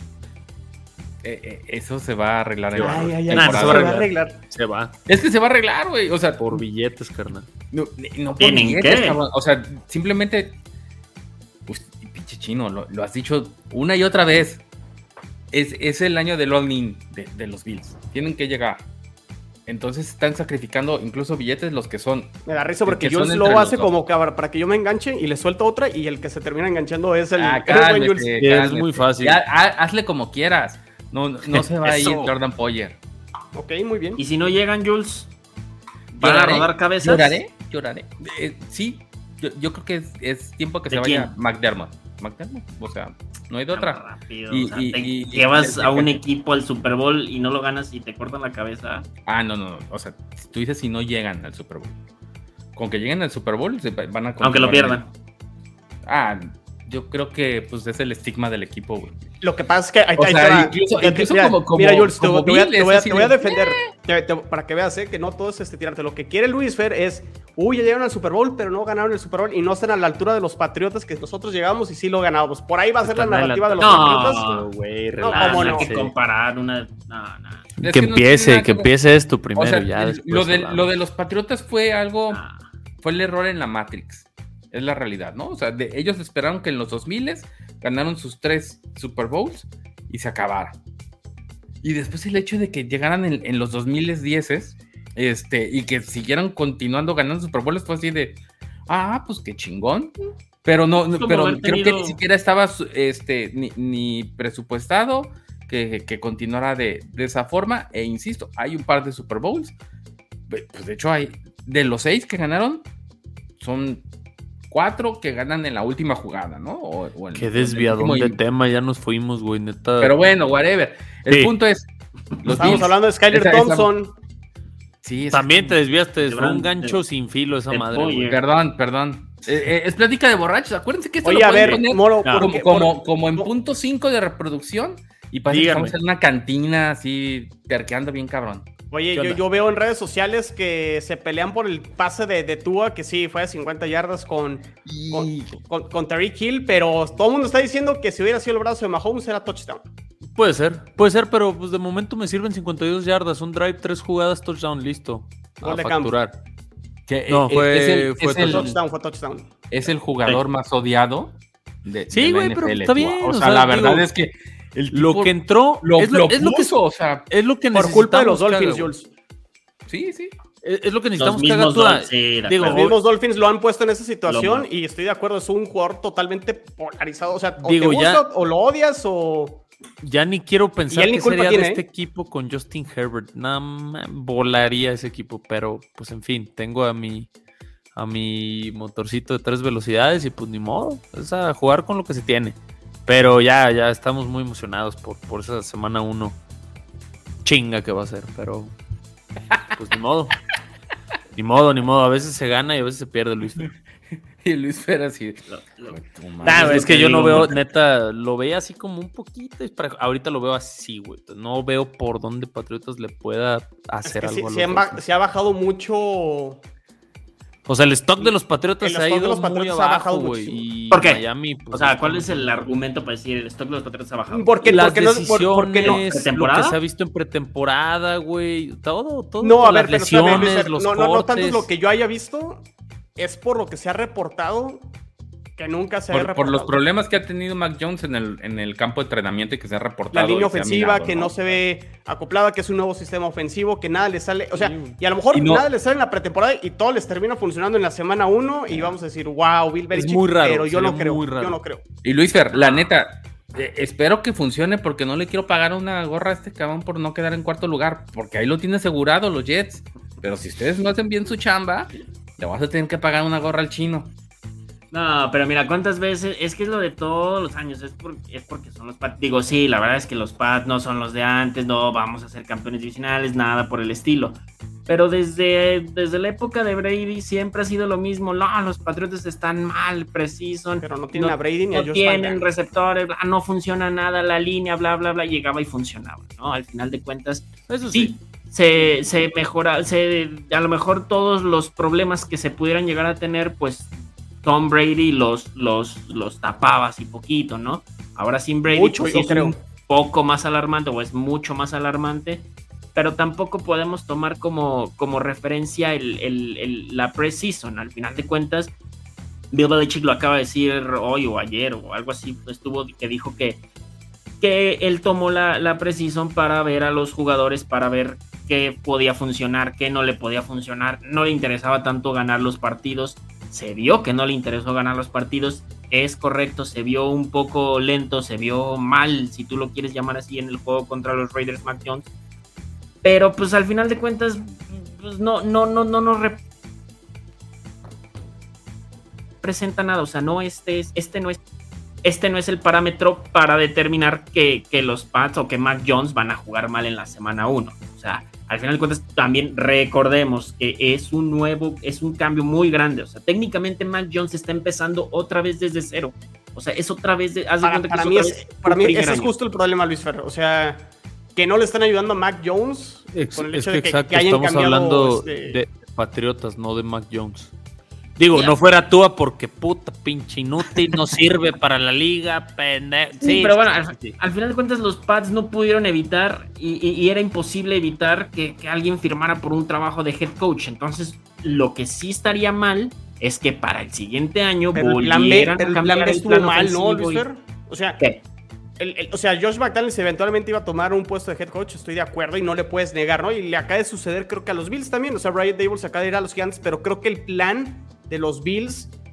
eh, eh, eso se va a arreglar en la Ay, ay, ay, Nah, eso no se se va a va a arreglar. Se va. Es que se va a arreglar, güey. O sea, Por billetes, carnal. no, no por ¿Tienen billetes, qué? cabrón. O sea, simplemente. Pues, pinche chino, lo, lo has dicho una y otra vez. Es, es el año del all-in de, de los Bills. Tienen que llegar. Entonces están sacrificando incluso billetes los que son. Me da risa porque Que son Jules entre lo los hace dos. como que para, para que yo me enganche y le suelto otra y el que se termina enganchando es el, Ah, el buen cálmate, Jules. Sí, es cálmate. muy fácil. Ya, ha- hazle como quieras. No, no se va a ir Eso. Jordan Poyer. Ok, muy bien. Y si no llegan, Jules, ¿van Lloraré, a rodar cabezas? Lloraré, lloraré. Eh, sí, yo, yo creo que es, es tiempo que ¿De se vaya quién? McDermott. McDermott, o sea, no hay de otra. Rápido, Y- o sea, y- te y- llevas y- a un equipo al Super Bowl y no lo ganas y te cortan la cabeza. Ah, no, no, no. O sea, si tú dices si no llegan al Super Bowl. Con que lleguen al Super Bowl, se va- van a Aunque lo continuar. pierdan. Ah, yo creo que pues es el estigma del equipo, güey. Lo que pasa es que ahí, O ahí sea, te va. incluso- Te- te- incluso mira, como- como- mira, Jules, te, como te voy a, Bill te es voy a- así te voy a de, defender. Te- te- para que veas, eh, que no todo es este tirarte. Lo que quiere Luis Fer es, uy, ya llegaron al Super Bowl, pero no ganaron el Super Bowl y no están a la altura de los Patriotas que nosotros llegamos y sí lo ganábamos. Por ahí va a ser la Están narrativa de los No. Patriotas. No, güey, No, Ah, ¿cómo no no? hay que comparar una. No, no. Es Que no empiece, tiene nada que ver. empiece esto primero, O sea, ya el- después lo, de, hablamos. lo de los Patriotas fue algo, Ah. fue el error en la Matrix. Es la realidad, ¿no? O sea, de- ellos esperaron que en los dos mil ganaron sus tres Super Bowls y se acabara. Y después el hecho de que llegaran en, en los dos mil diez este, y que siguieran continuando ganando Super Bowls fue así de, ah, pues qué chingón. Pero no, Es como pero haber creo que tenido- ni siquiera estaba este, ni, ni presupuestado que, que continuara de, de esa forma. E insisto, hay un par de Super Bowls. Pues de hecho, hay de los seis que ganaron, son cuatro que ganan en la última jugada, ¿no? O, o en, Qué desviadón en el de último- tema, ya nos fuimos, güey, neta. Pero bueno, whatever. El Sí. punto es. Los Estamos Bills- hablando de Skyler esa- esa- Thompson. Sí, esa- También te desviaste, fue un Lebron, gancho de- sin filo esa de madre, pollo. güey. Perdón, perdón. Eh, eh, es plática de borrachos. Acuérdense que esto Oye, lo a pueden ver, poner Moro, Ah. como, porque- como, por- como en por- punto cinco de reproducción y parece que Díganme. estamos en una cantina así terqueando bien cabrón. Oye, ¿Qué yo, onda? yo veo en redes sociales que se pelean por el pase de, de Tua, que sí, fue de cincuenta yardas con, con, con, con Tyreek Hill, pero todo el mundo está diciendo que si hubiera sido el brazo de Mahomes era touchdown. Puede ser, puede ser, pero pues de momento me sirven cincuenta y dos yardas, un drive, tres jugadas, touchdown, listo. Gol A de campo. facturar. Que, No, eh, fue- es el, fue es el- touchdown. Touchdown, fue touchdown. es el jugador más odiado de, Sí, de la güey, N F pero L, está Tua. bien, O o sea, sea, la verdad digo, es que el Lo tipo que entró lo, es, lo, lo es lo que puso, o sea, es lo que Por culpa de los necesitamos que Dolphins, haga, güey. Jules. sí, sí. Es, es lo que Los necesitamos que haga mismos Tua. Dol- sí, de Digo, Los acuerdo. mismos Dolphins lo han puesto en esa situación Lo- y estoy de acuerdo, es un jugador totalmente polarizado. O sea, o Digo, te ya- gusta o lo odias o... ya ni quiero pensar Y él ni qué culpa sería tiene, de este ¿eh? equipo con Justin Herbert. Nada más volaría ese equipo, pero pues en fin, tengo a mi a mi motorcito de tres velocidades y pues ni modo, es a jugar con lo que se tiene. Pero ya, ya estamos muy emocionados por, por esa semana uno chinga que va a ser, pero pues ni modo. Ni modo, ni modo. A veces se gana y a veces se pierde, Luis. Y Luis Fer así. Lo- lo- "Tu madre". Nah, es lo es que que yo no digo, veo, güey. neta, lo veía así como un poquito. es para- ahorita lo veo así, güey. No veo por dónde Patriotas le pueda Es hacer que algo sí- a los se, han ba- Dolphins. se ha bajado mucho... O sea, el stock de los Patriotas El ha stock de ido los muy Patriotas ha abajo, bajado güey. muchísimo. Y ¿Por qué? Miami, pues, O sea, está ¿cuál muy es el bien. argumento para decir el stock de los Patriotas ha bajado? Porque, Las porque no, por- decisiones, porque no, lo que ¿Pretemporada? se ha visto en pretemporada, güey. Todo, todo. No, a las ver, pero espérame, lesiones, Luis, los no, no, no tanto es cortes. lo que yo haya visto, es por lo que se ha reportado que nunca se ha Por, reportado. por los problemas que ha tenido Mac Jones en el, en el campo de entrenamiento y que se ha reportado. La línea y se ha ofensiva mirado, que no se ve acoplada, que es un nuevo sistema ofensivo, que nada le sale, o sea, Sí. y a lo mejor Y no- nada le sale en la pretemporada y todo les termina funcionando en la semana uno y vamos a decir, wow, Bill Belichick, muy raro, pero yo sería no creo, muy raro. yo no creo. Y Luis Fer, la neta, eh, espero que funcione porque no le quiero pagar una gorra a este cabrón por no quedar en cuarto lugar, porque ahí lo tiene asegurado los Jets. Pero si ustedes no hacen bien su chamba, le vas a tener que pagar una gorra al chino. No, pero mira, ¿cuántas veces? Es que es lo de todos los años, es, por- es porque son los Pats. Digo, sí, la verdad es que los Pats no son los de antes, no vamos a ser campeones divisionales, nada por el estilo. Pero desde, desde la época de Brady siempre ha sido lo mismo. No, los Patriotas están mal, preciso. Pero no tienen a Brady ni a no Josh tienen Van Gundy. receptores, bla, no funciona nada la línea, bla, bla, bla. Llegaba y funcionaba, ¿no? Al final de cuentas, Eso sí. sí, se, se mejora, se, a lo mejor todos los problemas que se pudieran llegar a tener, pues Tom Brady los, los, los tapaba así poquito, ¿no? Ahora sin Brady, Mucho, pues, yo sí es creo. un poco más alarmante o es mucho más alarmante, pero tampoco podemos tomar como, como referencia el, el, el, la pre-season. Al final de cuentas, Bill Belichick lo acaba de decir hoy o ayer o algo así, estuvo que dijo que, que él tomó la, la pre-season para ver a los jugadores, para ver qué podía funcionar, qué no le podía funcionar. No le interesaba tanto ganar los partidos. Se vio que no le interesó ganar los partidos. Es correcto, se vio un poco lento, se vio mal, si tú lo quieres llamar así, en el juego contra los Raiders Mac Jones. Pero pues al final de cuentas, pues no, no, no, no nos representa nada. O sea, no, este es, este no es, este no es el parámetro para determinar que, que los Pats o que Mac Jones van a jugar mal en la semana uno. O sea, al final de cuentas, también recordemos que es un nuevo, es un cambio muy grande. O sea, técnicamente Mac Jones está empezando otra vez desde cero. O sea, es otra vez de, haz de Para, cuenta que para es mí, otra es, vez para un mí primer ese es año. justo el problema, Luis Fer. O sea, que no le están ayudando a Mac Jones Ex- con el es hecho que de que, exacto, que hayan estamos cambiado hablando este, de Patriotas, no de Mac Jones. Digo, Sí, no fuera Tua porque puta pinche inútil, no sirve para la liga, pendejo. Sí, pero bueno, al, al final de cuentas los Pats no pudieron evitar y, y- y era imposible evitar que, que alguien firmara por un trabajo de head coach. Entonces, lo que sí estaría mal es que para el siguiente año pero el plan B, volvieran pero a el cambiar plan B el estuvo plan mal, ¿no, ofensivo Luis y- Fer? O sea, ¿Qué? el, el- o sea, Josh McDaniels eventualmente iba a tomar un puesto de head coach, estoy de acuerdo y no le puedes negar, ¿no? Y le acaba de suceder creo que a los Bills también, o sea, Brian Dable se acaba de ir a los Giants, pero creo que el plan de los Bills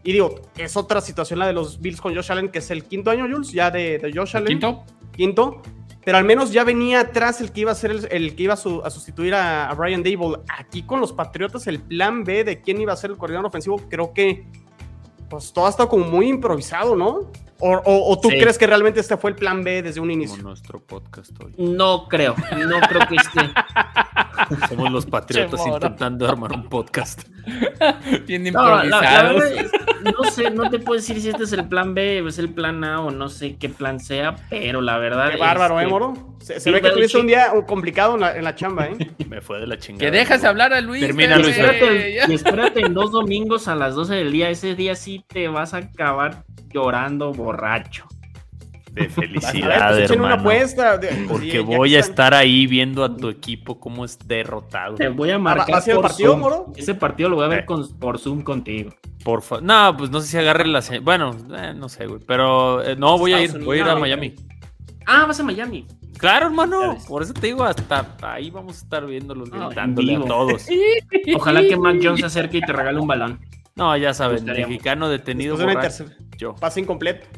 Y digo, es otra situación la de los Bills con Josh Allen, que es el quinto año, Jules, ya de, de Josh Allen. ¿Quinto? Quinto. Pero al menos ya venía atrás el que iba a ser el, el que iba a, su, a sustituir a, a Brian Daboll. Aquí con los Patriotas, el plan B de quién iba a ser el coordinador ofensivo, creo que pues todo ha estado como muy improvisado, ¿no? ¿O, o, o tú sí. crees que realmente este fue el plan B desde un inicio? Como nuestro podcast hoy. No creo, no creo que esté. Somos los Patriotas intentando armar un podcast. Bien improvisados. No, la, la verdad es, no sé, no te puedo decir si este es el plan B o es el plan A o no sé qué plan sea, pero la verdad Qué bárbaro, es ¿eh, Moro? Se, se ve que tuviste un día complicado en la, en la chamba, ¿eh? Me fue de la chingada. Que dejas hablar a Luis. Termina, Luis. Espérate, y espérate en dos domingos a las doce del día. Ese día sí te vas a acabar llorando borracho. De felicidad, pues hermano. Una apuesta. Porque ya, voy ya a están... estar ahí viendo a tu equipo cómo es derrotado. Te voy a marcar ¿Va a ser el por partido, Zoom. Moro? Ese partido lo voy a ver eh. con, por Zoom contigo. Por favor. No, pues no sé si agarre la... Bueno, eh, no sé, güey. Pero eh, no, voy a ir. Voy a ir a Miami. Ah, vas a Miami. Claro, hermano. Por eso te digo, hasta ahí vamos a estar viéndolo, no, dándole a todos. Ojalá que Mac Jones se acerque y te regale un balón. No, ya saben, mexicano detenido borracho. Yo. Pase incompleto.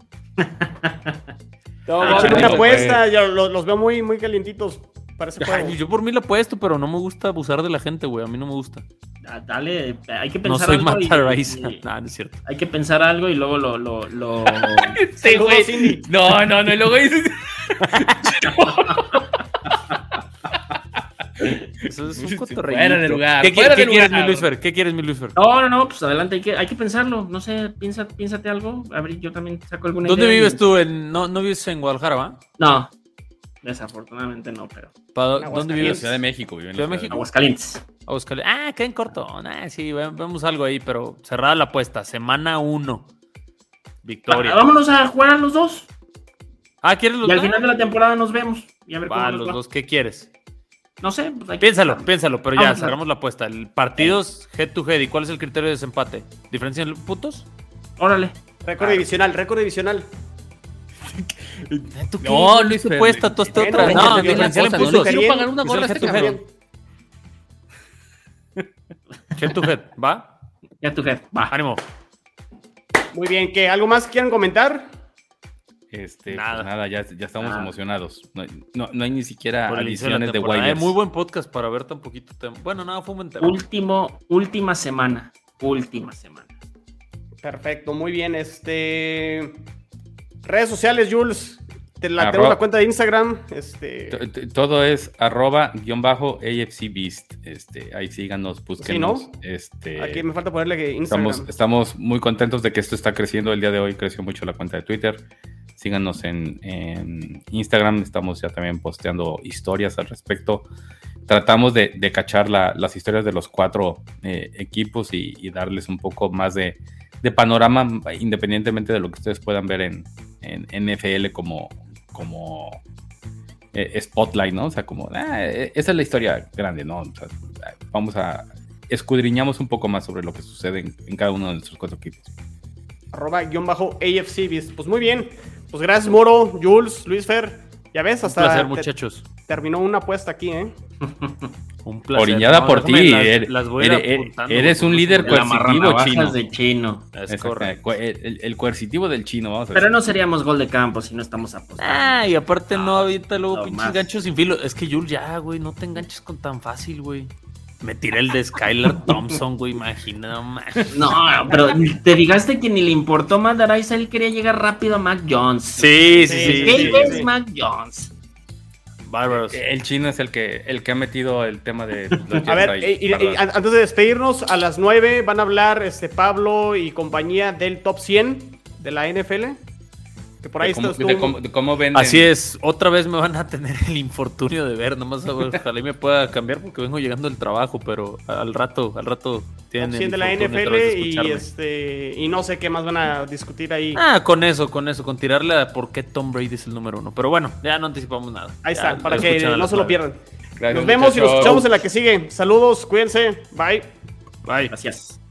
No, ah, no, una apuesta, yo los, los veo muy, muy calientitos. Parece Ay, yo por mí la apuesto, pero no me gusta abusar de la gente, güey. A mí no me gusta. Dale, hay que pensar algo. No soy algo. Matt Rice. Y, no, no es cierto. Hay que pensar algo y luego lo. lo, lo... sí, güey. No, no, no, y luego dices. Eso es un cotorreo. Fuera de lugar. ¿Qué, fuera ¿qué de quieres, lugar. mi Luis Fer? ¿Qué quieres, mi Luis Fer? No, no, no, pues adelante, hay que, hay que pensarlo. No sé, piensa, piénsate algo. A ver, yo también saco alguna ¿Dónde idea vives y... tú? En, no, ¿No vives en Guadalajara, va? No, desafortunadamente no, pero. ¿Para ¿Dónde vives? Ciudad de México. Ciudad de México. Aguascalientes. Aguascalientes. Ah, queda en corto. Ah, sí, vemos algo ahí, pero cerrada la apuesta. Semana uno. Victoria. Ah, vámonos a jugar a los dos. Ah, ¿quieres los dos? Y al dos? final de la temporada nos vemos. Y a ver va, cómo los va. dos. ¿Qué quieres? No sé. Pues hay piénsalo, que... piénsalo, pero Vamos ya, cerramos la apuesta. El partido es head to head. ¿Y cuál es el criterio de desempate? ¿Diferencia en puntos? Órale. Récord ah. divisional, récord divisional. ¿Tú qué? No, Luis, tu apuesta, tú hasta bueno, otra. No, no, diferencial en puntos. No quiero pagar una gorra head to head. Head to head, ¿va? Head to head, va. Ánimo. Muy bien, ¿qué? ¿Algo más quieran comentar? Este, nada, pues nada ya, ya estamos nada. emocionados. No, no, no hay ni siquiera Por adiciones de waivers. waivers. Muy buen podcast para ver tan poquito tema. Bueno, nada, fue un buen tema. Último, última semana. Última semana. Perfecto, muy bien. Este. Redes sociales, Jules. Te la Arroba. tenemos la cuenta de Instagram. Este. Todo es arroba guión bajo A F C Beast. Este, ahí síganos, búsquenos. ¿Sí, no? Este, Aquí me falta ponerle Instagram. Estamos, estamos muy contentos de que esto está creciendo. El día de hoy creció mucho la cuenta de Twitter. Síganos en, en Instagram. Estamos ya también posteando historias al respecto. Tratamos de, de cachar la, las historias de los cuatro eh, equipos y, y darles un poco más de, de panorama, independientemente de lo que ustedes puedan ver en, en N F L como, como eh, spotlight, ¿no? O sea, como, ah, esa es la historia grande, ¿no? O sea, vamos a escudriñamos un poco más sobre lo que sucede en, en cada uno de nuestros cuatro equipos. Arroba guión bajo A F C Beast. Pues muy bien. Pues gracias, Moro, Jules, Luis Fer. Ya ves, hasta un placer, muchachos. Terminó una apuesta aquí, ¿eh? Un placer. Oriñada no, por ti. Las, eres, las voy eres, eres un líder coercitivo, chino. de chino. Es correcto. El, el, el coercitivo del chino, vamos a Pero no seríamos gol de campo si no estamos apostando. Ah, y aparte no, no avienta luego no pinches más. ganchos sin filo. Es que Jules, ya, güey, no te enganches con tan fácil, güey. Me tiré el de Skylar Thompson, güey, imagina, no más. No, pero te fijaste que ni le importó Matt Araiza, él quería llegar rápido a Mac Jones. Sí, sí, sí. ¿Qué sí, es sí. Mac Jones? Bárbaros. El chino es el que, el que ha metido el tema de los A ver, y, y, y, antes de despedirnos, a las nueve van a hablar este Pablo y compañía del top cien de la N F L. Que por ahí de cómo, estuvo... de cómo, de cómo venden. Así es, otra vez me van a tener el infortunio de ver, nomás ojalá y me pueda cambiar porque vengo llegando del trabajo, pero al rato, al rato tienen top cien de la N F L y este y no sé qué más van a discutir ahí. Ah, con eso, con eso, con tirarle a por qué Tom Brady es el número uno. Pero bueno, ya no anticipamos nada. Ahí ya, está, para que no se lo pierdan. Gracias, nos vemos muchachos. y nos escuchamos en la que sigue. Saludos, cuídense, bye. Bye. Gracias.